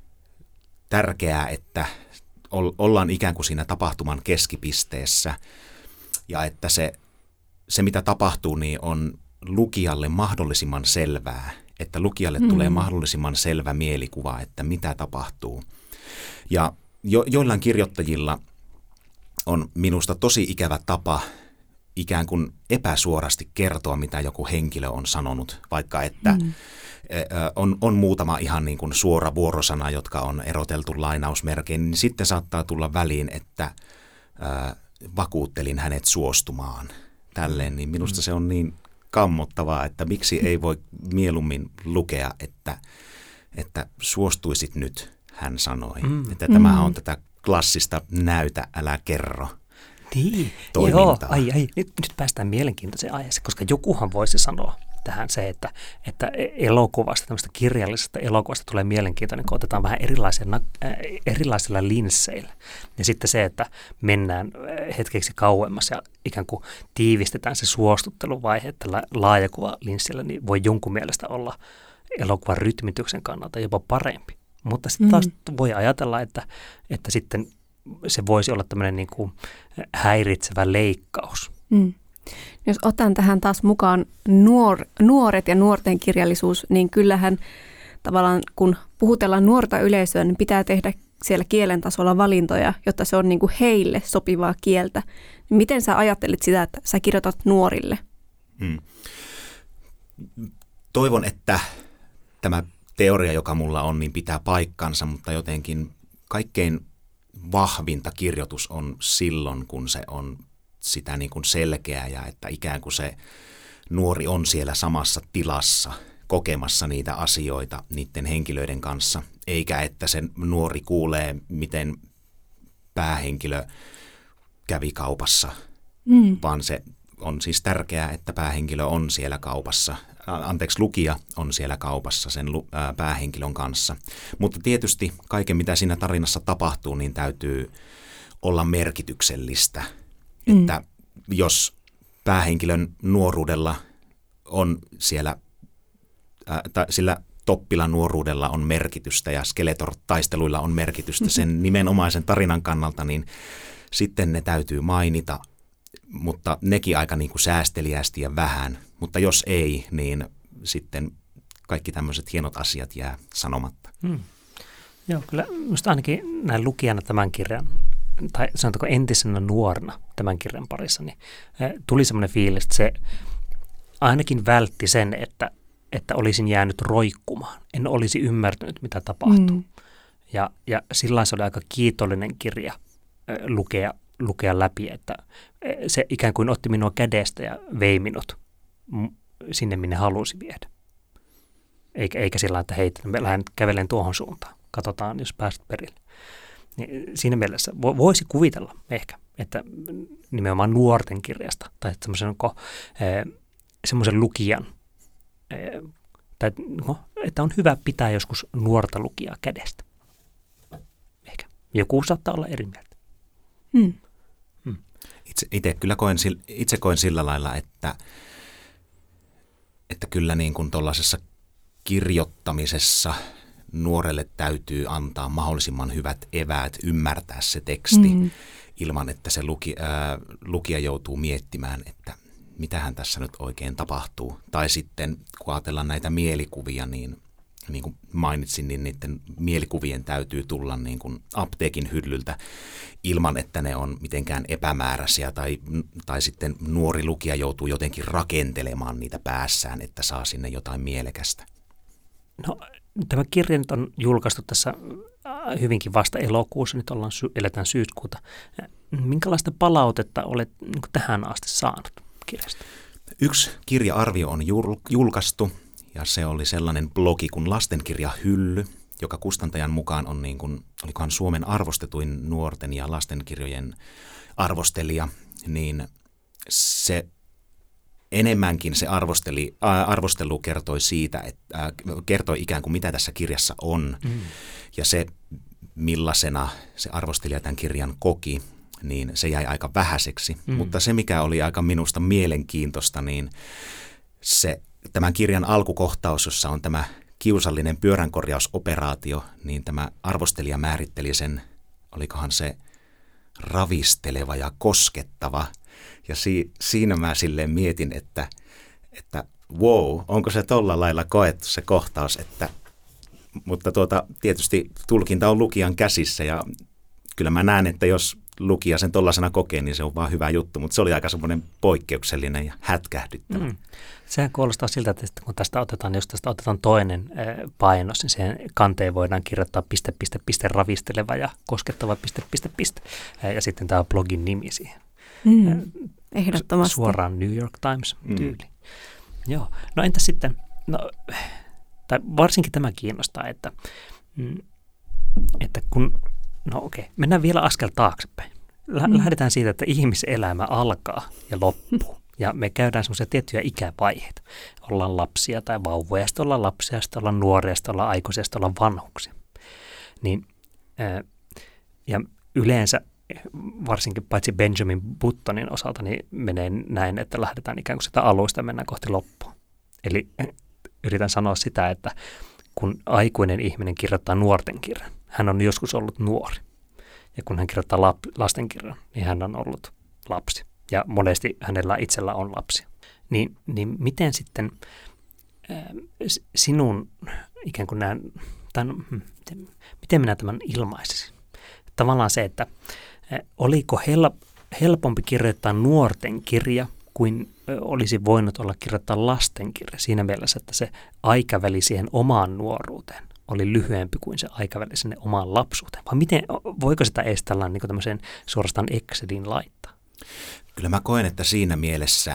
tärkeää, että ollaan ikään kuin siinä tapahtuman keskipisteessä ja että se, se mitä tapahtuu, niin on lukijalle mahdollisimman selvää. Että lukijalle mm. tulee mahdollisimman selvä mielikuva, että mitä tapahtuu. Ja jo, joillain kirjoittajilla on minusta tosi ikävä tapa ikään kuin epäsuorasti kertoa, mitä joku henkilö on sanonut, vaikka että mm. on, on muutama ihan niin kuin suora vuorosana, jotka on eroteltu lainausmerkein, niin sitten saattaa tulla väliin, että äh, vakuuttelin hänet suostumaan tälleen, niin minusta mm. se on niin kammottavaa, että miksi ei voi mieluummin lukea, että, että suostuisit nyt, hän sanoi. Mm. Että tämä on tätä klassista näytä, älä kerro niin. toimintaa. Joo, ai, ai. Nyt, nyt päästään mielenkiintoiseen aiheeseen, koska jokuhan voisi sanoa tähän se, että, että elokuvasta, tämmöistä kirjallisesta elokuvasta tulee mielenkiintoinen, kun otetaan vähän erilaisilla, äh, erilaisilla linsseillä. Ja sitten se, että mennään hetkeksi kauemmas ja ikään kuin tiivistetään se suostutteluvaihe tällä laajakuvalinssillä, niin voi jonkun mielestä olla elokuvan rytmityksen kannalta jopa parempi. Mutta sitten taas mm. voi ajatella, että, että sitten se voisi olla tämmöinen niin kuin häiritsevä leikkaus. Mm. Jos otan tähän taas mukaan nuor, nuoret ja nuorten kirjallisuus, niin kyllähän tavallaan kun puhutellaan nuorta yleisöä, niin pitää tehdä siellä kielen tasolla valintoja, jotta se on niin kuin heille sopivaa kieltä. Miten sä ajattelit sitä, että sä kirjoitat nuorille? Hmm. Toivon, että tämä teoria, joka mulla on, niin pitää paikkansa, mutta jotenkin kaikkein vahvinta kirjoitus on silloin, kun se on sitä niin kuin selkeää ja että ikään kuin se nuori on siellä samassa tilassa kokemassa niitä asioita niiden henkilöiden kanssa, eikä että se nuori kuulee, miten päähenkilö kävi kaupassa, mm. vaan se on siis tärkeää, että päähenkilö on siellä kaupassa, anteeksi lukija on siellä kaupassa sen päähenkilön kanssa. Mutta tietysti kaiken mitä siinä tarinassa tapahtuu, niin täytyy olla merkityksellistä. Mm. Että jos päähenkilön nuoruudella on siellä, ää, ta, sillä Toppilan nuoruudella on merkitystä ja Skeletor-taisteluilla on merkitystä sen nimenomaisen tarinan kannalta, niin sitten ne täytyy mainita, mutta nekin aika niin kuin säästeliästi ja vähän. Mutta jos ei, niin sitten kaikki tämmöiset hienot asiat jää sanomatta. Hmm. Joo, kyllä minusta ainakin näin lukijana tämän kirjan, tai sanotaanko entisenä nuorena tämän kirjan parissa, niin tuli semmoinen fiilis, että se ainakin vältti sen, että, että olisin jäänyt roikkumaan. En olisi ymmärtänyt, mitä tapahtuu. Mm. Ja, ja sillä se oli aika kiitollinen kirja lukea, lukea läpi, että se ikään kuin otti minua kädestä ja vei minut sinne, minne halusi viedä. Eikä, eikä sillä että hei, lähden kävelen tuohon suuntaan. Katsotaan, jos pääset perille. Niin siinä mielessä voisi kuvitella ehkä, että nimenomaan nuorten kirjasta tai semmoisen, semmoisen lukijan, tai, no, että on hyvä pitää joskus nuorta lukijaa kädestä. Ehkä. Joku saattaa olla eri mieltä. Hmm. Hmm. Itse, itse kyllä koen, itse koen sillä lailla, että, että kyllä niin kuin tuollaisessa kirjoittamisessa nuorelle täytyy antaa mahdollisimman hyvät eväät ymmärtää se teksti mm. ilman, että se luki, ää, lukija joutuu miettimään, että mitähän tässä nyt oikein tapahtuu. Tai sitten kun ajatellaan näitä mielikuvia, niin niin kuin mainitsin, niin niiden mielikuvien täytyy tulla niin kuin apteekin hyllyltä ilman, että ne on mitenkään epämääräisiä tai, tai sitten nuori lukija joutuu jotenkin rakentelemaan niitä päässään, että saa sinne jotain mielekästä. No, tämä kirja nyt on julkaistu tässä hyvinkin vasta elokuussa, nyt ollaan, eletään syyskuuta. Minkälaista palautetta olet niin kuin tähän asti saanut kirjasta? Yksi kirja-arvio on julkaistu ja se oli sellainen blogi kuin Lastenkirja Hylly, joka kustantajan mukaan on niin kuin, olikohan Suomen arvostetuin nuorten ja lastenkirjojen arvostelija, niin se enemmänkin se arvosteli, äh, arvostelu kertoi siitä, että äh, kertoi ikään kuin mitä tässä kirjassa on mm. ja se millaisena se arvostelija tämän kirjan koki, niin se jäi aika vähäiseksi. Mm. Mutta se mikä oli aika minusta mielenkiintoista, niin se tämän kirjan alkukohtaus, jossa on tämä kiusallinen pyöränkorjausoperaatio, niin tämä arvostelija määritteli sen, olikohan se ravisteleva ja koskettava. Ja si, siinä mä silleen mietin, että, että wow, onko se tolla lailla koettu se kohtaus, että, mutta tuota, tietysti tulkinta on lukijan käsissä ja kyllä mä näen, että jos lukija sen tollasena kokee, niin se on vaan hyvä juttu, mutta se oli aika semmoinen poikkeuksellinen ja hätkähdyttävä. Mm. Sehän kuulostaa siltä, että kun tästä otetaan, jos tästä otetaan toinen painos, niin siihen kanteen voidaan kirjoittaa piste, piste, piste, ravisteleva ja koskettava piste, piste, piste, ja sitten tämä blogin nimi siihen. Mm, ehdottomasti. Suoraan New York Times tyyli. Mm. Joo. No entä sitten, no, tai varsinkin tämä kiinnostaa, että, että kun, no okei, mennään vielä askel taaksepäin. Mm. Lähdetään siitä, että ihmiselämä alkaa ja loppuu. Ja me käydään semmoisia tiettyjä ikävaiheita. Ollaan lapsia tai vauvoja, sitten ollaan lapsia, sitten ollaan nuoria, sitten ollaan aikuisia, sitten ollaan vanhuksia. Niin, ää, ja yleensä, varsinkin paitsi Benjamin Buttonin osalta, niin menee näin, että lähdetään ikään kuin sitä alusta ja mennään kohti loppua. Eli yritän sanoa sitä, että kun aikuinen ihminen kirjoittaa nuorten kirjan, hän on joskus ollut nuori. Ja kun hän kirjoittaa lap- lastenkirjan, niin hän on ollut lapsi. Ja monesti hänellä itsellä on lapsia. Niin, niin miten sitten äh, sinun ikään kuin nämä, tämän, miten, miten minä tämän ilmaisisin? Tavallaan se, että äh, oliko hel, helpompi kirjoittaa nuorten kirja kuin äh, olisi voinut olla kirjoittaa lastenkirja siinä mielessä, että se aikaväli siihen omaan nuoruuteen oli lyhyempi kuin se aikaväli sinne omaan lapsuuteen. Vai miten, voiko sitä edes tällainen niin tämmöiseen suorastaan Exceliin laittaa? Kyllä mä koen, että siinä mielessä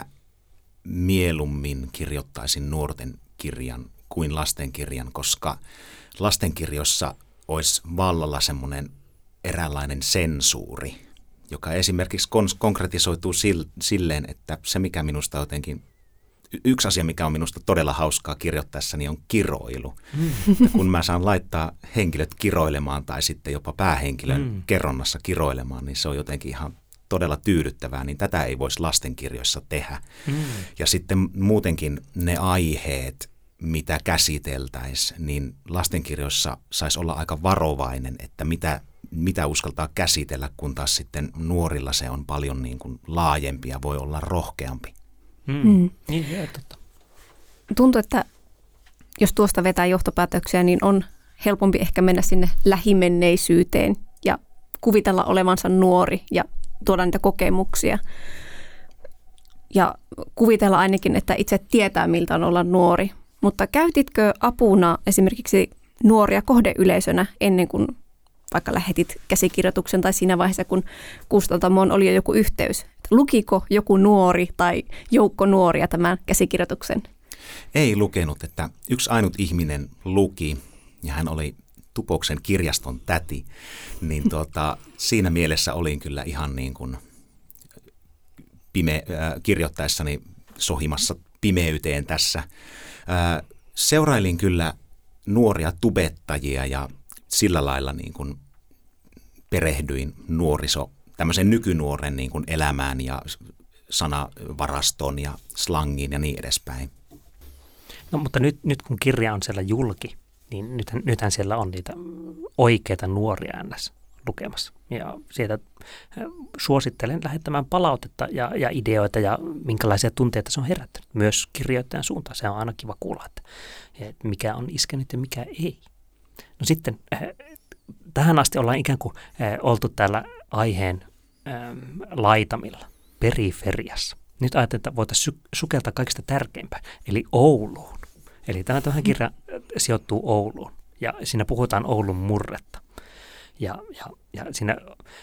mieluummin kirjoittaisin nuorten kirjan kuin lastenkirjan, koska lastenkirjossa olisi vallalla semmoinen eräänlainen sensuuri, joka esimerkiksi konkretisoituu silleen, että se mikä minusta jotenkin, yksi asia mikä on minusta todella hauskaa kirjoittaessani on kiroilu. Mm. Kun mä saan laittaa henkilöt kiroilemaan tai sitten jopa päähenkilön mm. kerronnassa kiroilemaan, niin se on jotenkin ihan todella tyydyttävää, niin tätä ei voisi lastenkirjoissa tehdä. Mm. Ja sitten muutenkin ne aiheet, mitä käsiteltäisiin, niin lastenkirjoissa saisi olla aika varovainen, että mitä, mitä uskaltaa käsitellä, kun taas sitten nuorilla se on paljon niin kuin laajempi ja voi olla rohkeampi. Mm. Mm. Niin, joo, totta. Tuntuu, että jos tuosta vetää johtopäätöksiä, niin on helpompi ehkä mennä sinne lähimenneisyyteen ja kuvitella olevansa nuori ja tuoda niitä kokemuksia ja kuvitella ainakin, että itse tietää miltä on olla nuori. Mutta käytitkö apuna esimerkiksi nuoria kohdeyleisönä ennen kuin vaikka lähetit käsikirjoituksen tai siinä vaiheessa, kun kustantamoon oli jo joku yhteys? Lukiko joku nuori tai joukko nuoria tämän käsikirjoituksen? Ei lukenut, että yksi ainut ihminen luki ja hän oli Tupoksen kirjaston täti, niin tuota, siinä mielessä olin kyllä ihan niin kuin pime, äh, kirjoittaessani sohimassa pimeyteen tässä. Äh, seurailin kyllä nuoria tubettajia ja sillä lailla niin kuin perehdyin nuoriso, tämmöisen nykynuoren niin kuin elämään ja sanavaraston ja slangin ja niin edespäin. No mutta nyt, nyt kun kirja on siellä julki, niin nythän, nythän siellä on niitä oikeita nuoria ns. Lukemassa. Ja sieltä suosittelen lähettämään palautetta ja, ja ideoita ja minkälaisia tunteita se on herättänyt. Myös kirjoittajan suuntaan. Se on aina kiva kuulla, että, että mikä on iskenyt ja mikä ei. No sitten tähän asti ollaan ikään kuin oltu täällä aiheen laitamilla, periferiassa. Nyt ajatellaan, että voitaisiin sukeltaa kaikista tärkeimpään, eli Ouluun. Eli tämä tähän kirja sijoittuu Ouluun ja siinä puhutaan Oulun murretta. Ja, ja, ja siinä,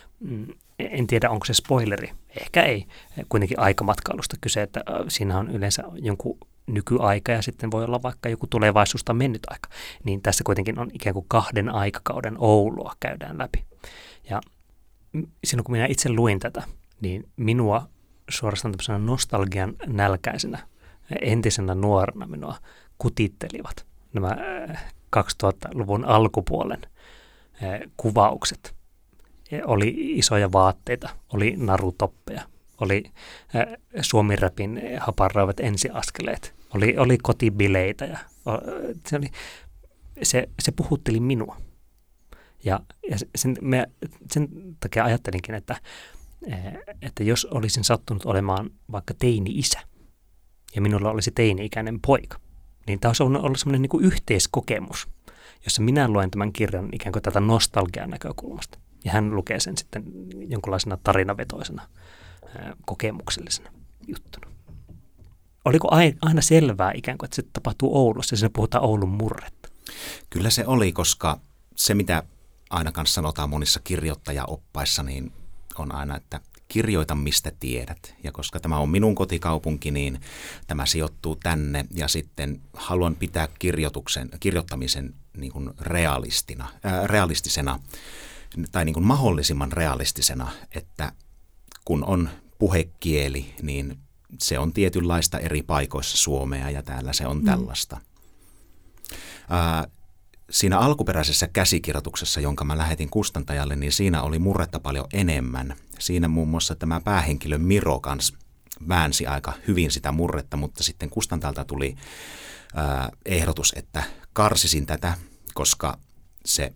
en tiedä onko se spoileri, ehkä ei, kuitenkin aikamatkailusta kyse, että siinä on yleensä jonkun nykyaika ja sitten voi olla vaikka joku tulevaisuusta mennyt aika. Niin tässä kuitenkin on ikään kuin kahden aikakauden Oulua käydään läpi. Ja silloin kun minä itse luin tätä, niin minua suorastaan tämmöisenä nostalgian nälkäisenä entisenä nuorena minua kutittelivat nämä kaksituhattaluvun alkupuolen kuvaukset. Oli isoja vaatteita, oli narutoppeja, oli suomiräpin haparroivat ensiaskeleet, oli, oli kotibileitä ja se, oli, se, se puhutteli minua. Ja, ja sen, me, sen takia ajattelinkin, että, että jos olisin sattunut olemaan vaikka teini-isä ja minulla olisi teini-ikäinen poika, niin tämä olisi ollut sellainen niin kuin yhteiskokemus, jossa minä luen tämän kirjan ikään kuin tätä nostalgian näkökulmasta. Ja hän lukee sen sitten jonkunlaisena tarinavetoisena, kokemuksellisena juttuna. Oliko aina selvää ikään kuin, että se tapahtuu Oulussa ja siinä puhutaan Oulun murretta? Kyllä se oli, koska se mitä aina kanssa sanotaan monissa kirjoittajaoppaissa, niin on aina, että kirjoita mistä tiedät. Ja koska tämä on minun kotikaupunki, niin tämä sijoittuu tänne ja sitten haluan pitää kirjoituksen, kirjoittamisen niin kuin realistina, ää, realistisena tai niin kuin mahdollisimman realistisena, että kun on puhekieli, niin se on tietynlaista eri paikoissa Suomea ja täällä se on tällaista. Ää, Siinä alkuperäisessä käsikirjoituksessa, jonka mä lähetin kustantajalle, niin siinä oli murretta paljon enemmän. Siinä muun muassa tämä päähenkilö Miro kanssa väänsi aika hyvin sitä murretta, mutta sitten kustantajalta tuli ää, ehdotus, että karsisin tätä, koska se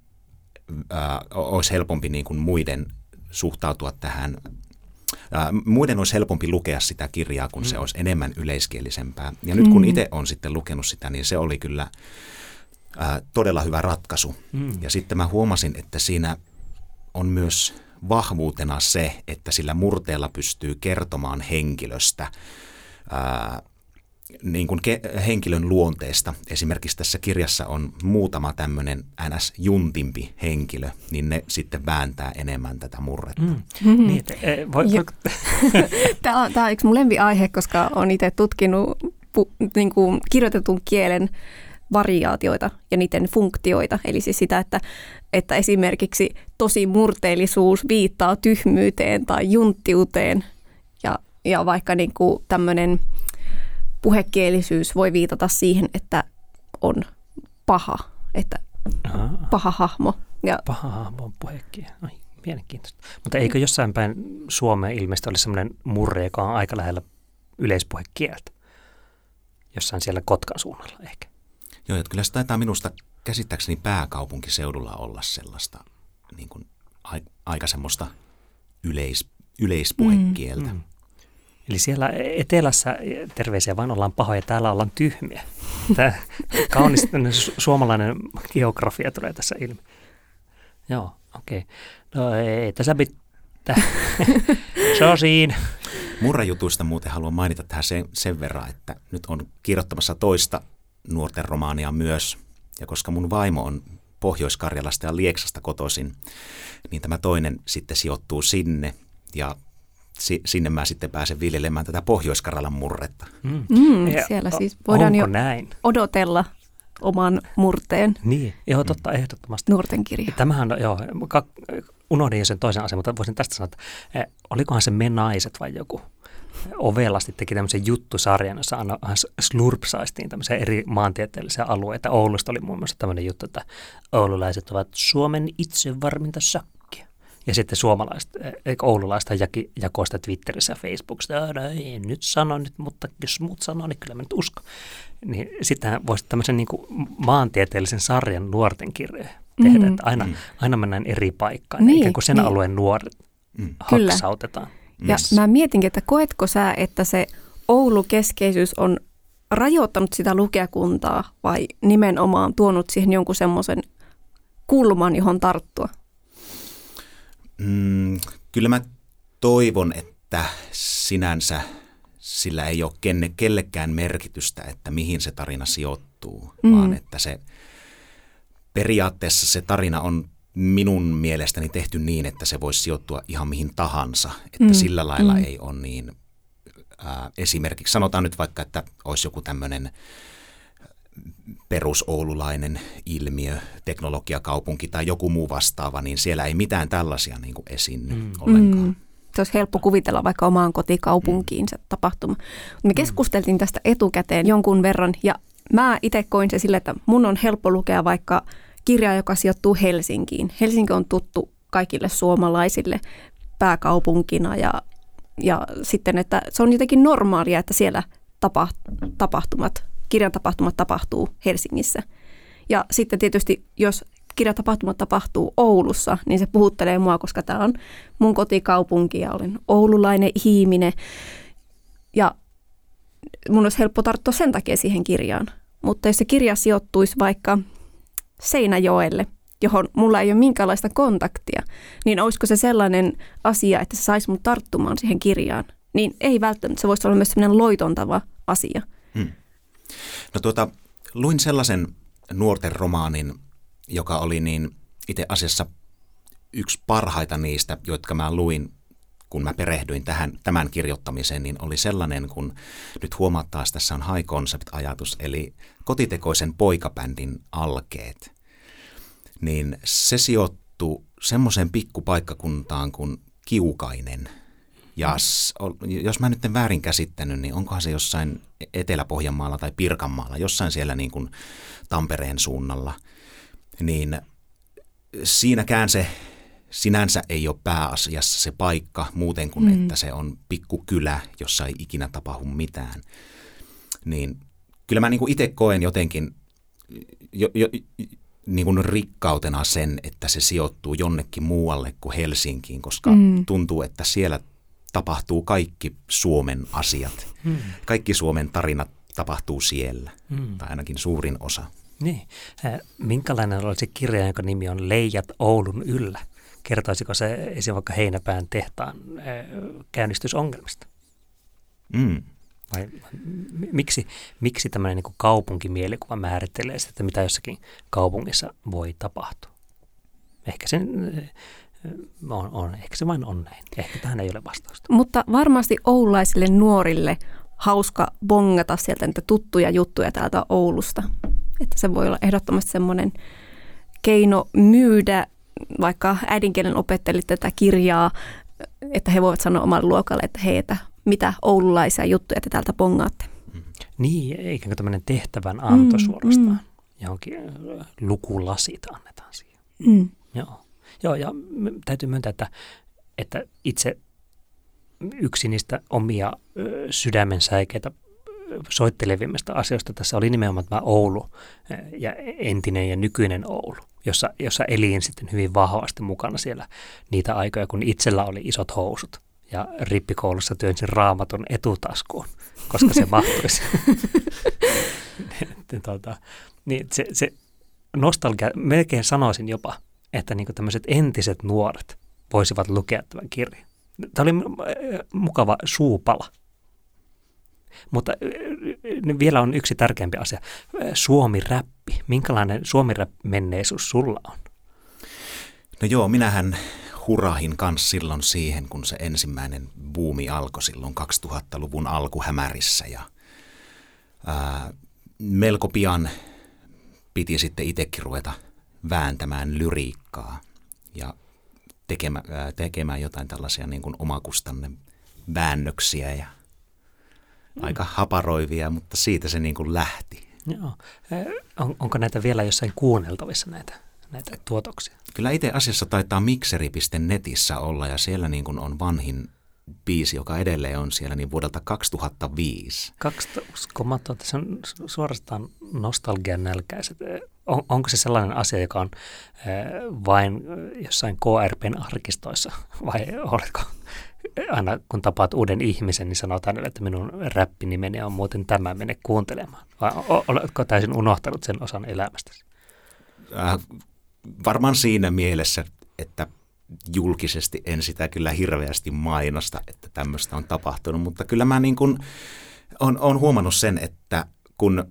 ää, olisi helpompi niin kuin muiden suhtautua tähän. Ää, muiden olisi helpompi lukea sitä kirjaa, kun mm. se olisi enemmän yleiskielisempää. Ja nyt kun mm. itse olen sitten lukenut sitä, niin se oli kyllä Ää, todella hyvä ratkaisu. Mm. Ja sitten mä huomasin, että siinä on myös vahvuutena se, että sillä murteella pystyy kertomaan henkilöstä, ää, niin kuin ke- henkilön luonteesta. Esimerkiksi tässä kirjassa on muutama tämmöinen ns. Juntimpi henkilö, niin ne sitten vääntää enemmän tätä murretta. Mm. Mm-hmm. Niin, e, voi, voi... Tämä on, tämä on yksi mun lempiaihe, koska olen itse tutkinut pu, niin kuin kirjoitetun kielen variaatioita ja niiden funktioita. Eli siis sitä, että, että esimerkiksi tosi murteellisuus viittaa tyhmyyteen tai junttiuteen ja, ja vaikka niin kuin tämmöinen puhekielisyys voi viitata siihen, että on paha, että Aha. paha hahmo. Ja paha hahmo on puhekieli. Ai, mielenkiintoista. Mutta eikö jossain päin Suomeen ilmeisesti ole semmoinen murre, joka on aika lähellä yleispuhekieltä? Jossain siellä Kotkan suunnalla ehkä. Joo, että kyllä se taitaa minusta käsittääkseni pääkaupunkiseudulla olla sellaista niin kuin aika semmoista yleis, yleispuhekieltä. Mm, mm. Eli siellä etelässä terveisiä vain ollaan pahoja, täällä ollaan tyhmiä. Tämä kaunis su- suomalainen geografia tulee tässä ilmi. Joo, okei. Okay. No ei tässä pitää. Se on siinä. Murrejutuista muuten haluan mainita tähän sen, sen verran, että nyt on kirjoittamassa toista nuorten romaania myös. Ja koska mun vaimo on Pohjois-Karjalasta ja Lieksasta kotoisin, niin tämä toinen sitten sijoittuu sinne ja si- sinne mä sitten pääsen viljelemään tätä Pohjois-Karjalan murretta. Mm. Mm, siellä siis voidaan jo näin? odotella oman murteen. Niin, joo, totta, mm. ehdottomasti. Nuorten kirja. Tämähän, joo, unohdin jo sen toisen asian, mutta voisin tästä sanoa, että eh, olikohan se Me naiset vai joku ovelasti teki tämmöisen juttusarjan, jossa aina slurpsaistiin tämmöisiä eri maantieteellisiä alueita. Oulusta oli muun muassa tämmöinen juttu, että oululaiset ovat Suomen itsevarminta sakkia. Ja sitten suomalaiset, eikö oululaista jakoi sitä Twitterissä ja Facebookissa, että ei nyt sano nyt, mutta jos muut sanoo, niin kyllä mä nyt uskon. Niin sittenhän voisi tämmöisen niin kuin maantieteellisen sarjan nuorten kirjoja tehdä, mm-hmm. että aina, aina mennään eri paikkaan, niin, ikään kuin sen niin. alueen nuoret mm. haksautetaan. Ja yes. mä mietinkin, että koetko sä, että se Oulu-keskeisyys on rajoittanut sitä lukijakuntaa vai nimenomaan tuonut siihen jonkun semmoisen kulman, johon tarttua? Mm, kyllä mä toivon, että sinänsä sillä ei ole kenne, kellekään merkitystä, että mihin se tarina sijoittuu, mm. vaan että se periaatteessa se tarina on minun mielestäni tehty niin, että se voisi sijoittua ihan mihin tahansa, että mm. sillä lailla mm. ei ole niin, ää, esimerkiksi sanotaan nyt vaikka, että olisi joku tämmöinen perusoululainen ilmiö, teknologiakaupunki tai joku muu vastaava, niin siellä ei mitään tällaisia niin kuin esiinny mm. ollenkaan. Mm. Se olisi helppo kuvitella vaikka omaan kotikaupunkiin se tapahtuma. Me keskusteltiin tästä etukäteen jonkun verran ja mä itse koin se sille, että mun on helppo lukea vaikka kirja, joka sijoittuu Helsinkiin. Helsinki on tuttu kaikille suomalaisille pääkaupunkina ja, ja sitten, että se on jotenkin normaalia, että siellä tapahtumat, kirjan tapahtumat tapahtuu Helsingissä. Ja sitten tietysti, jos kirjatapahtumat tapahtuu Oulussa, niin se puhuttelee mua, koska tämä on mun kotikaupunki ja olen oululainen ihminen. Ja mun olisi helppo tarttua sen takia siihen kirjaan. Mutta jos se kirja sijoittuisi vaikka Seinäjoelle, johon mulla ei ole minkäänlaista kontaktia, niin olisiko se sellainen asia, että se saisi mut tarttumaan siihen kirjaan? Niin ei välttämättä, se voisi olla myös sellainen loitontava asia. Hmm. No tuota, luin sellaisen nuorten romaanin, joka oli niin itse asiassa yksi parhaita niistä, jotka mä luin, kun mä perehdyin tähän, tämän kirjoittamiseen, niin oli sellainen, kun nyt huomaat taas, tässä on high concept-ajatus, eli kotitekoisen poikabändin alkeet. Niin se sijoittui semmoiseen pikkupaikkakuntaan kuin Kiukainen. Ja jos mä nyt en väärin käsittänyt, niin onkohan se jossain Etelä-Pohjanmaalla tai Pirkanmaalla, jossain siellä niin kuin Tampereen suunnalla. Niin siinäkään se sinänsä ei ole pääasiassa se paikka muuten kuin, mm. että se on pikkukylä, jossa ei ikinä tapahdu mitään. Niin kyllä mä niin kuin itse koen jotenkin jo, jo, niin kuin rikkautena sen, että se sijoittuu jonnekin muualle kuin Helsinkiin, koska mm. tuntuu, että siellä tapahtuu kaikki Suomen asiat. Mm. Kaikki Suomen tarinat tapahtuu siellä, mm. tai ainakin suurin osa. Niin. Minkälainen olisi kirja, jonka nimi on Leijat Oulun yllä? Kertoisiko se esimerkiksi vaikka Heinäpään tehtaan käynnistysongelmista? Mm. Vai miksi, miksi tämmöinen niin kuin kaupunkimielikuva määrittelee sitä, että mitä jossakin kaupungissa voi tapahtua? Ehkä se, on, on, ehkä se vain on näin. Ehkä tähän ei ole vastausta. Mutta varmasti oululaisille nuorille hauska bongata sieltä niitä tuttuja juttuja täältä Oulusta. Että se voi olla ehdottomasti semmoinen keino myydä, vaikka äidinkielen opettelit tätä kirjaa, että he voivat sanoa omalle luokalle, että hei, että mitä oululaisia juttuja te täältä bongaatte. Niin, eikä tämmöinen tehtävän anto mm, suorastaan. Mm. Johonkin lukulasit annetaan siihen. Mm. Joo. Joo, ja täytyy myöntää, että, että itse yksi niistä omia ö, sydämen säikeitä soittelevimmista asioista tässä oli nimenomaan tämä Oulu ja entinen ja nykyinen Oulu, jossa, jossa elin sitten hyvin vahvasti mukana siellä niitä aikoja, kun itsellä oli isot housut ja rippikoulussa työnsin Raamatun etutaskuun, koska se mahtuisi. tuota, niin se, se nostalgia, melkein sanoisin jopa, että niinku tämmöiset entiset nuoret voisivat lukea tämän kirjan. Tämä oli mukava suupala. Mutta äh, vielä on yksi tärkeämpi asia. Suomi-räppi. Minkälainen Suomi-rap-menneisyys sulla on? No joo, minähän hurahin kanssa silloin siihen, kun se ensimmäinen buumi alkoi silloin kaksituhattaluvun alkuhämärissä. Ja, ää, melko pian piti sitten itsekin ruveta vääntämään lyriikkaa ja tekemä, ää, tekemään jotain tällaisia niin kuin omakustanne väännöksiä ja mm. aika haparoivia, mutta siitä se niin kuin lähti. Joo. On, onko näitä vielä jossain kuunneltavissa näitä, näitä tuotoksia? Kyllä itse asiassa taitaa mikseri piste netissä olla ja siellä niin kuin on vanhin biisi, joka edelleen on siellä niin vuodelta kaksituhattaviisi. kaksituhatta, se on suorastaan nostalgian nälkäiset. On, onko se sellainen asia, joka on äh, vain jossain K R P:n arkistoissa vai oletko aina kun tapaat uuden ihmisen, niin sanot hänelle, että minun räppinimeni on muuten tämä, mene kuuntelemaan. Vai oletko täysin unohtanut sen osan elämästäsi? Äh, varmaan siinä mielessä, että julkisesti en sitä kyllä hirveästi mainosta, että tämmöistä on tapahtunut, mutta kyllä mä niin kuin on, on huomannut sen, että kun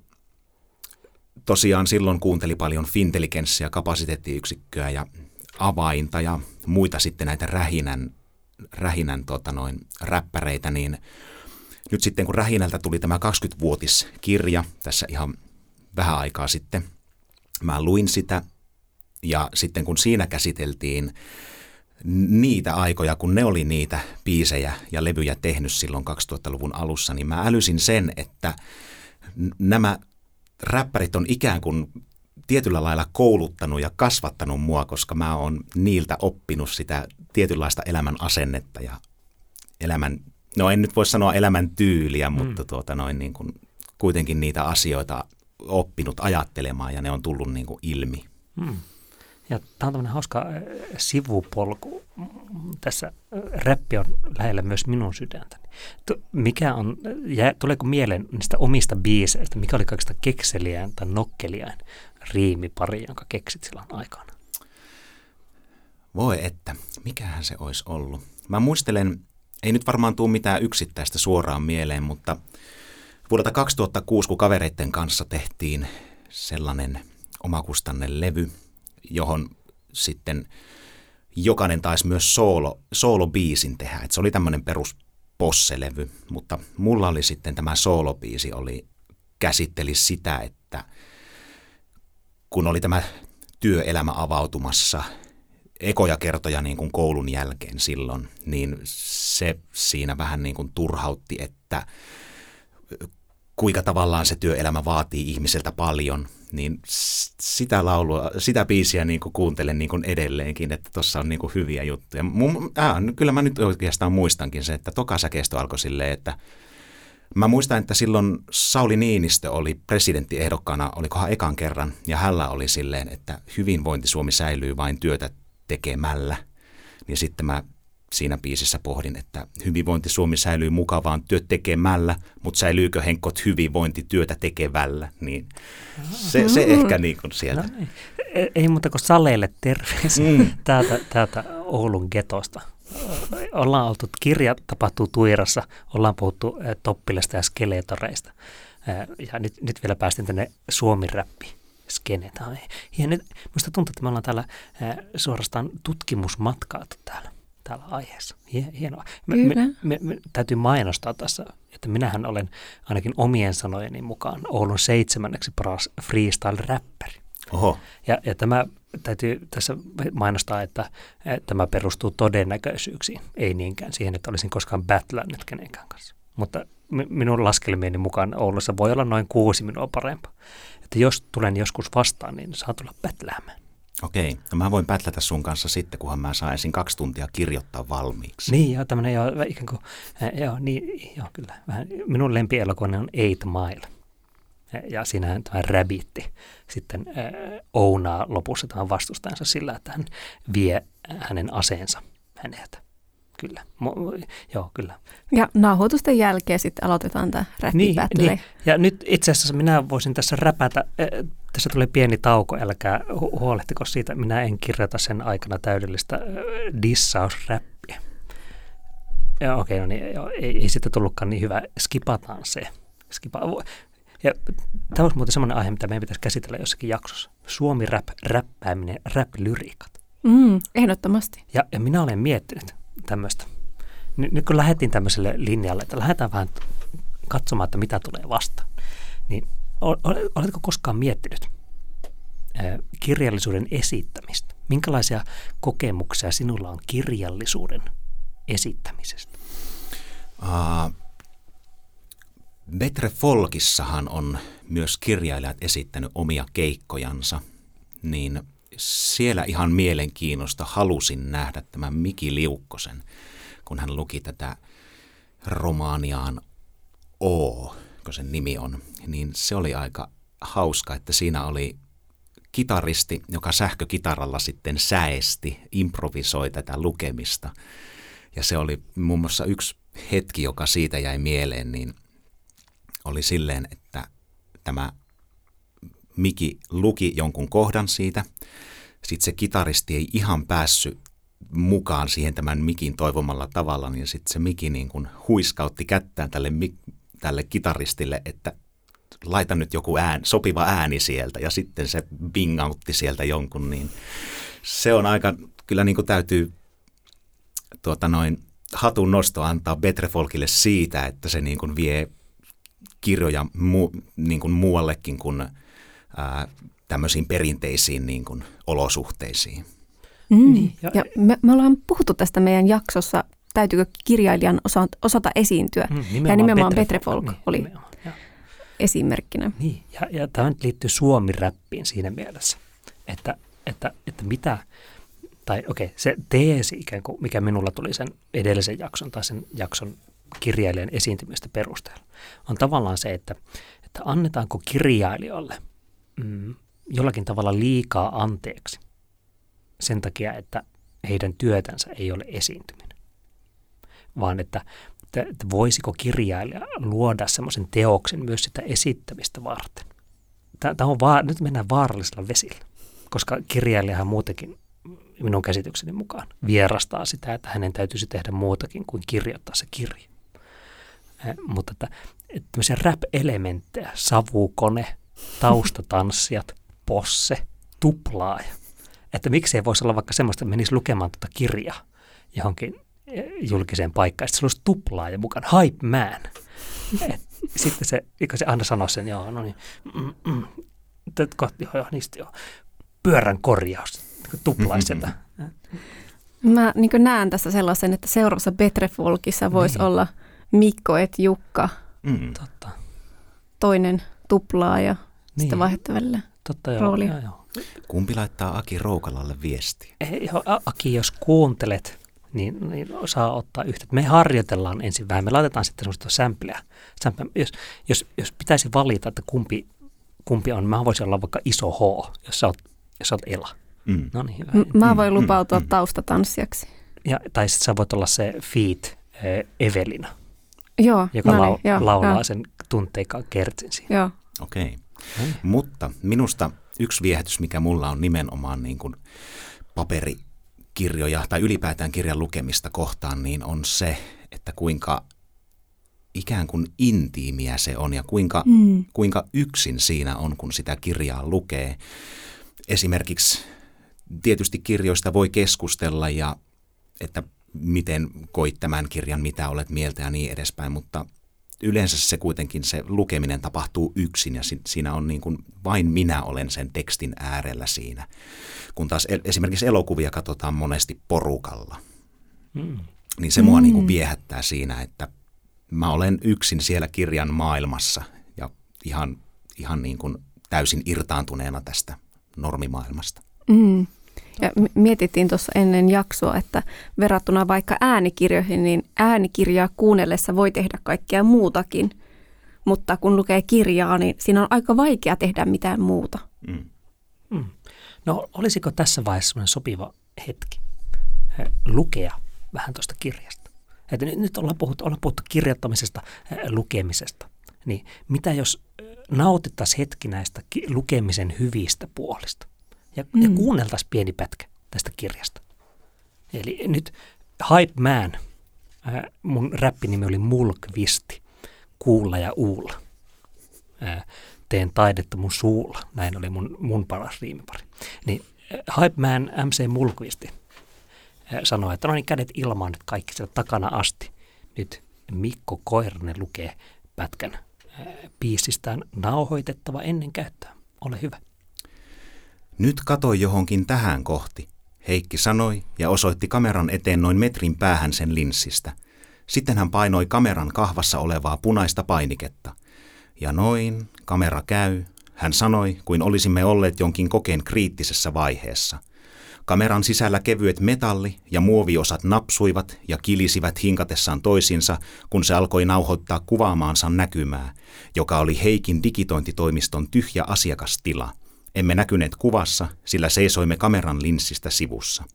tosiaan silloin kuunteli paljon fintelligenssia, kapasiteettiyksikköä ja avainta ja muita sitten näitä rähinän, rähinän tota noin, räppäreitä, niin nyt sitten kun Rähinältä tuli tämä kaksikymmentävuotiskirja tässä ihan vähän aikaa sitten, mä luin sitä ja sitten kun siinä käsiteltiin niitä aikoja, kun ne oli niitä biisejä ja levyjä tehnyt silloin kaksituhattaluvun alussa, niin mä älysin sen, että nämä räppärit on ikään kuin tietyllä lailla kouluttanut ja kasvattanut mua, koska mä oon niiltä oppinut sitä tietynlaista elämän asennetta ja elämän, no en nyt voi sanoa elämän tyyliä, mm. mutta tuota noin niin kuin kuitenkin niitä asioita oppinut ajattelemaan ja ne on tullut niin kuin ilmi. Mm. Ja tämä on tämmöinen hauska sivupolku. Tässä räppi on lähellä myös minun sydäntäni. Mikä on, tuleeko mieleen niistä omista biiseistä, mikä oli kaikista kekseliään tai nokkeliain riimipari, jonka keksit silloin aikana? Voi että, mikähän se olisi ollut. Mä muistelen, ei nyt varmaan tule mitään yksittäistä suoraan mieleen, mutta vuodelta kaksituhattakuusi, kun kavereiden kanssa tehtiin sellainen omakustanne levy, johon sitten jokainen taisi myös soolo, soolobiisin tehdä. Et se oli tämmöinen perus posselevy, mutta mulla oli sitten tämä soolobiisi, oli, käsitteli sitä, että kun oli tämä työelämä avautumassa ekoja kertoja niin kuin koulun jälkeen silloin, niin se siinä vähän niin kuin turhautti, että kuinka tavallaan se työelämä vaatii ihmiseltä paljon, niin sitä laulua, sitä biisiä niin kuin kuuntelen niin kuin edelleenkin, että tuossa on niin kuin hyviä juttuja. Mun, äh, kyllä mä nyt oikeastaan muistankin se, että toka säkeistö alkoi silleen, että mä muistan, että silloin Sauli Niinistö oli presidenttiehdokkaana, olikohan ekan kerran, ja hänellä oli silleen, että hyvinvointi Suomi säilyy vain työtä tekemällä. Ja sitten mä siinä biisissä pohdin, että hyvinvointi Suomi säilyy mukavaan työt tekemällä, mutta säilyykö Henkot hyvinvointi työtä tekevällä, niin se, se ehkä niin kuin sieltä. No niin. Ei muuta kuin Saleille terveisiä mm. täältä, täältä Oulun getosta. Ollaan oltu, kirja tapahtuu Tuirassa, ollaan puhuttu Toppilasta ja Skeletoreista. Ja nyt, nyt vielä päästiin tänne Suomi-räppi. Skenetä. Ja nyt minusta tuntuu, että me ollaan täällä suorastaan tutkimusmatkailtu täällä. täällä aiheessa. Hienoa. Me, me, me, me täytyy mainostaa tässä, että minähän olen ainakin omien sanojeni mukaan Oulun seitsemänneksi paras freestyle-räppäri. Oho. Ja, ja tämä täytyy tässä mainostaa, että, että tämä perustuu todennäköisyyksiin, ei niinkään siihen, että olisin koskaan battlannut kenenkään kanssa. Mutta minun laskelmieni mukaan Oulussa voi olla noin kuusi minua parempaa. Että jos tulen joskus vastaan, niin saa tulla battlaamaan. Okei, no mä voin pätlätä sun kanssa sitten, kunhan mä saan ensin kaksi tuntia kirjoittaa valmiiksi. Niin, joo, tämmöinen joo, ikään kuin, joo, niin, joo, kyllä. Vähän, minun lempielokuvani on Eight Mile. Ja siinähän tämä Rabbitti sitten äh, ounaa lopussa tämän vastustajansa sillä, että hän vie hänen aseensa häneltä. Kyllä, Mo- joo, kyllä. Ja nauhoitusten jälkeen sitten aloitetaan tämä räppipättle. Niin, niin. Ja nyt itse asiassa minä voisin tässä räpätä, äh, tässä tulee pieni tauko, älkää hu- huolehtiko siitä, minä en kirjoita sen aikana täydellistä äh, dissausräppiä. ja okei, no niin, joo, ei, ei sitten tullutkaan niin hyvä, skipataan se. Skipa, ja tämä olisi muuten semmoinen aihe, mitä meidän pitäisi käsitellä jossakin jaksossa. Suomi-rap, räppääminen, rap-lyriikat. Mm, ehdottomasti. Ja, ja minä olen miettinyt tämmöistä. Nyt, nyt kun lähdettiin tämmöiselle linjalle, että lähdetään vähän katsomaan, että mitä tulee vastaan, niin oletko koskaan miettinyt ää, kirjallisuuden esittämistä? Minkälaisia kokemuksia sinulla on kirjallisuuden esittämisestä? Uh, Betre Folkissahan on myös kirjailijat esittänyt omia keikkojansa, niin siellä ihan mielenkiinnosta halusin nähdä tämän Miki Liukkosen, kun hän luki tätä romaaniaan O, kun sen nimi on, niin se oli aika hauska, että siinä oli kitaristi, joka sähkökitaralla sitten säesti, improvisoi tätä lukemista. Ja se oli muun muassa yksi hetki, joka siitä jäi mieleen, niin oli silleen, että tämä Miki luki jonkun kohdan siitä. Sitten se kitaristi ei ihan päässyt mukaan siihen tämän Mikin toivomalla tavalla, niin sitten se Miki niin kuin huiskautti kättään tälle, tälle kitaristille, että laita nyt joku ään, sopiva ääni sieltä, ja sitten se bingautti sieltä jonkun, niin se on aika, kyllä niin kuin täytyy tuota noin hatun nosto antaa Betre Folkille siitä, että se niin kuin vie kirjoja mu, niin kuin muuallekin kuin ää, tämmöisiin perinteisiin niin kuin olosuhteisiin. Mm. Niin, ja ja me, me ollaan puhuttu tästä meidän jaksossa, täytyykö kirjailijan osata, osata esiintyä, mm, nimenomaan ja nimenomaan Betre Folk niin, oli nimenomaan, esimerkkinä. Niin, ja, ja tämä nyt liittyy Suomi-räppiin siinä mielessä, että, että, että mitä, tai okei, okay, se teesi ikään kuin, mikä minulla tuli sen edellisen jakson tai sen jakson kirjailijan esiintymistä perusteella, on tavallaan se, että, että annetaanko kirjailijoille mm, jollakin tavalla liikaa anteeksi sen takia, että heidän työtänsä ei ole esiintyminen, vaan että, että, että voisiko kirjailija luoda semmoisen teoksen myös sitä esittämistä varten. Tämä on va- nyt mennään vaarallisella vesillä, koska kirjailijahan muutenkin minun käsitykseni mukaan vierastaa sitä, että hänen täytyisi tehdä muutakin kuin kirjoittaa se kirja. Eh, mutta että, että tämmöisiä rap-elementtejä, savukone, taustatanssijat, posse, tuplaaja. Että miksi ei voisi olla vaikka semmoista, että menisi lukemaan tuota kirjaa johonkin julkiseen paikkaan, sitten se olisi tuplaaja mukaan, hype man. Et sitten se, se aina sanoo sen, joo, no niin, mm, mm, joo, joo, niistä joo, pyörän korjaus, tuplaiselta. Mä niin näen tässä sellaisen, että seuraavassa Betre Folkissa voisi niin olla Mikko et Jukka, mm. Totta. toinen tuplaaja, niin sitten vaihdettaville rooli. Joo, joo. Kumpi laittaa Aki Roukalalle viestiä? Ei, Aki, jos kuuntelet, niin, niin saa ottaa yhteyttä. Me harjoitellaan ensin vähän. Me laitetaan sitten semmoista sämpleä. Jos, jos, jos pitäisi valita, että kumpi, kumpi on, mä voisin olla vaikka iso H, jos sä oot, jos sä oot Ela. Mm. No niin, hyvä. M- mä voin lupautua mm. taustatanssijaksi. Ja, tai sitten sä voit olla se feat eh, Evelina, joo, joka no niin, lau, joo, laulaa joo. sen tunteikkaan kertsin siinä. Joo. Okei. Okay. Mutta minusta yksi viehätys, mikä mulla on nimenomaan niin kuin paperikirjoja tai ylipäätään kirjan lukemista kohtaan, niin on se, että kuinka ikään kuin intiimiä se on ja kuinka, mm. kuinka yksin siinä on, kun sitä kirjaa lukee. Esimerkiksi tietysti kirjoista voi keskustella ja että miten koit tämän kirjan, mitä olet mieltä ja niin edespäin, mutta yleensä se kuitenkin se lukeminen tapahtuu yksin ja siinä on niin kuin vain minä olen sen tekstin äärellä siinä. Kun taas esimerkiksi elokuvia katsotaan monesti porukalla, mm. niin se mua mm. niin kuin viehättää siinä, että mä olen yksin siellä kirjan maailmassa ja ihan, ihan niin kuin täysin irtaantuneena tästä normimaailmasta. Mm. Ja mietittiin tuossa ennen jaksoa, että verrattuna vaikka äänikirjoihin, niin äänikirjaa kuunnellessa voi tehdä kaikkea muutakin, mutta kun lukee kirjaa, niin siinä on aika vaikea tehdä mitään muuta. Mm. Mm. No olisiko tässä vaiheessa sellainen sopiva hetki lukea vähän tuosta kirjasta? Että nyt ollaan puhuttu, ollaan puhuttu kirjoittamisesta, lukemisesta. Niin mitä jos nautittaisiin hetki näistä lukemisen hyvistä puolista? Ja, mm. ja kuunneltaisiin pieni pätkä tästä kirjasta. Eli nyt Hype Man Ää, mun räppinimi oli Mulkvisti, kuulla ja uulla. Ää, teen taidetta mun suulla, näin oli mun, mun paras riimipari. Niin Hype Man M C Mulkvisti ää, sanoi, että no niin, kädet ilmaan nyt kaikki sieltä takana asti. Nyt Mikko Koiranen lukee pätkän ää, biisistään nauhoitettava ennen käyttöä. Ole hyvä. Nyt katoi johonkin tähän kohti, Heikki sanoi ja osoitti kameran eteen noin metrin päähän sen linssistä. Sitten hän painoi kameran kahvassa olevaa punaista painiketta. Ja noin, kamera käy, hän sanoi, kuin olisimme olleet jonkin kokeen kriittisessä vaiheessa. Kameran sisällä kevyet metalli- ja muoviosat napsuivat ja kilisivät hinkatessaan toisiinsa, kun se alkoi nauhoittaa kuvaamaansa näkymää, joka oli Heikin digitointitoimiston tyhjä asiakastila. Emme näkyneet kuvassa, sillä seisoimme kameran linssistä sivussa.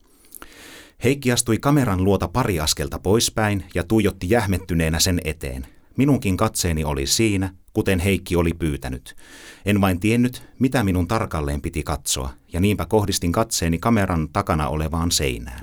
Heikki astui kameran luota pari askelta poispäin ja tuijotti jähmettyneenä sen eteen. Minunkin katseeni oli siinä, kuten Heikki oli pyytänyt. En vain tiennyt, mitä minun tarkalleen piti katsoa, ja niinpä kohdistin katseeni kameran takana olevaan seinään.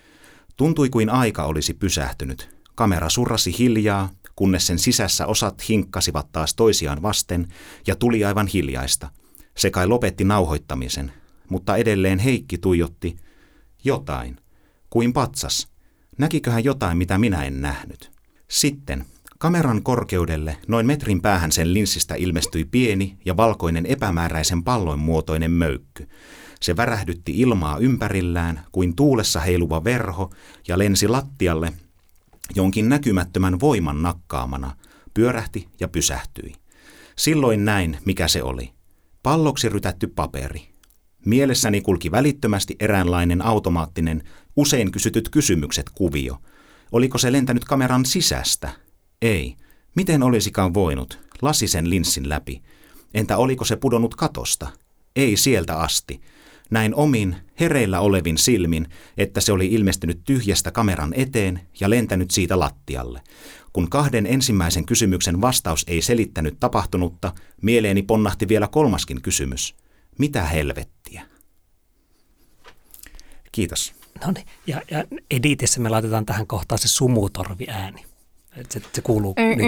Tuntui kuin aika olisi pysähtynyt. Kamera surrasi hiljaa, kunnes sen sisässä osat hinkkasivat taas toisiaan vasten, ja tuli aivan hiljaista. Se kai lopetti nauhoittamisen, mutta edelleen Heikki tuijotti jotain, kuin patsas. Näkiköhän jotain, mitä minä en nähnyt. Sitten kameran korkeudelle, noin metrin päähän sen linssistä ilmestyi pieni ja valkoinen epämääräisen pallon muotoinen möykky. Se värähdytti ilmaa ympärillään kuin tuulessa heiluva verho ja lensi lattialle jonkin näkymättömän voiman nakkaamana, pyörähti ja pysähtyi. Silloin näin, mikä se oli. Palloksi rytätty paperi. Mielessäni kulki välittömästi eräänlainen automaattinen, usein kysytyt kysymykset kuvio. Oliko se lentänyt kameran sisästä? Ei. Miten olisikaan voinut? Lasi sen linssin läpi. Entä oliko se pudonnut katosta? Ei sieltä asti. Näin omin, hereillä olevin silmin, että se oli ilmestynyt tyhjästä kameran eteen ja lentänyt siitä lattialle. Kun kahden ensimmäisen kysymyksen vastaus ei selittänyt tapahtunutta, mieleeni ponnahti vielä kolmaskin kysymys. Mitä helvettiä? Kiitos. No niin, ja, ja editissä me laitetaan tähän kohtaan se sumutorvi-ääni. Se, se kuuluu nyt.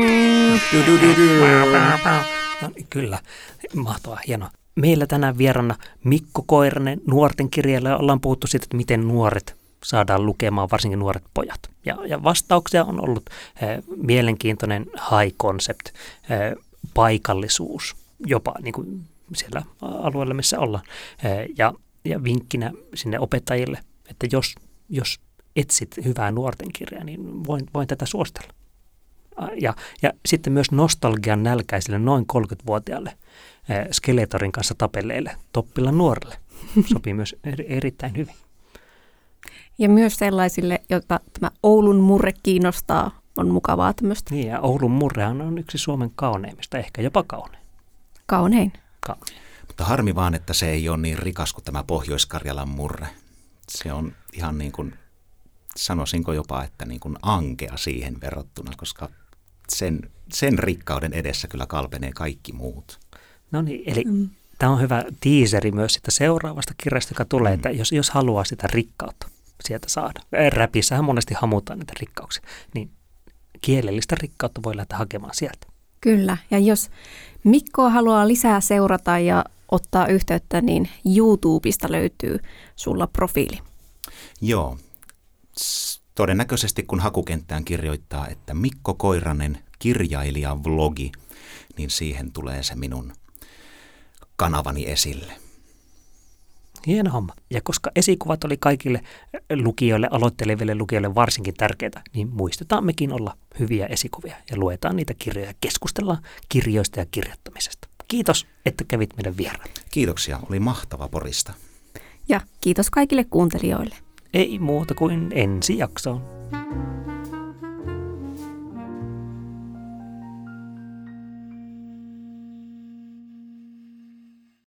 No, kyllä, mahtavaa, hienoa. Meillä tänään vieraana Mikko Koiranen, nuorten kirjailija. Ollaan puhuttu siitä, että miten nuoret saadaan lukemaan, varsinkin nuoret pojat. Ja, ja vastauksia on ollut eh, mielenkiintoinen high concept, eh, paikallisuus, jopa niin kuin siellä alueella, missä ollaan. Eh, ja, ja vinkkinä sinne opettajille, että jos, jos etsit hyvää nuorten kirjaa, niin voin, voin tätä suositella. Ja, ja sitten myös nostalgian nälkäisille noin kolmekymmentävuotiaille eh, Skeletorin kanssa tapelleille toppilla nuorille. Sopii myös eri, erittäin hyvin. Ja myös sellaisille, joita tämä Oulun murre kiinnostaa, on mukavaa tämmöistä. Niin, ja Oulun murrehan on yksi Suomen kauneimmista, ehkä jopa kaunein. Kaunein. Kaunein. Mutta harmi vaan, että se ei ole niin rikas kuin tämä Pohjois-Karjalan murre. Se on ihan niin kuin, sanoisinko jopa, että niin kuin ankea siihen verrattuna, koska sen, sen rikkauden edessä kyllä kalpenee kaikki muut. No niin, eli mm. tämä on hyvä tiiseri myös sitä seuraavasta kirjasta, joka tulee, mm. että jos, jos haluaa sitä rikkautta sieltä saada. Räpissähän monesti hamutaan näitä rikkauksia, niin kielellistä rikkautta voi lähteä hakemaan sieltä. Kyllä, ja jos Mikkoa haluaa lisää seurata ja ottaa yhteyttä, niin YouTubesta löytyy sulla profiili. Joo, todennäköisesti kun hakukenttään kirjoittaa, että Mikko Koiranen kirjailija vlogi, niin siihen tulee se minun kanavani esille. Hieno homma. Ja koska esikuvat oli kaikille lukijoille, aloitteleville lukijoille varsinkin tärkeitä, niin muistetaan mekin olla hyviä esikuvia ja luetaan niitä kirjoja ja keskustellaan kirjoista ja kirjoittamisesta. Kiitos, että kävit meidän vieraan. Kiitoksia, oli mahtava Porista. Ja kiitos kaikille kuuntelijoille. Ei muuta kuin ensi jaksoon.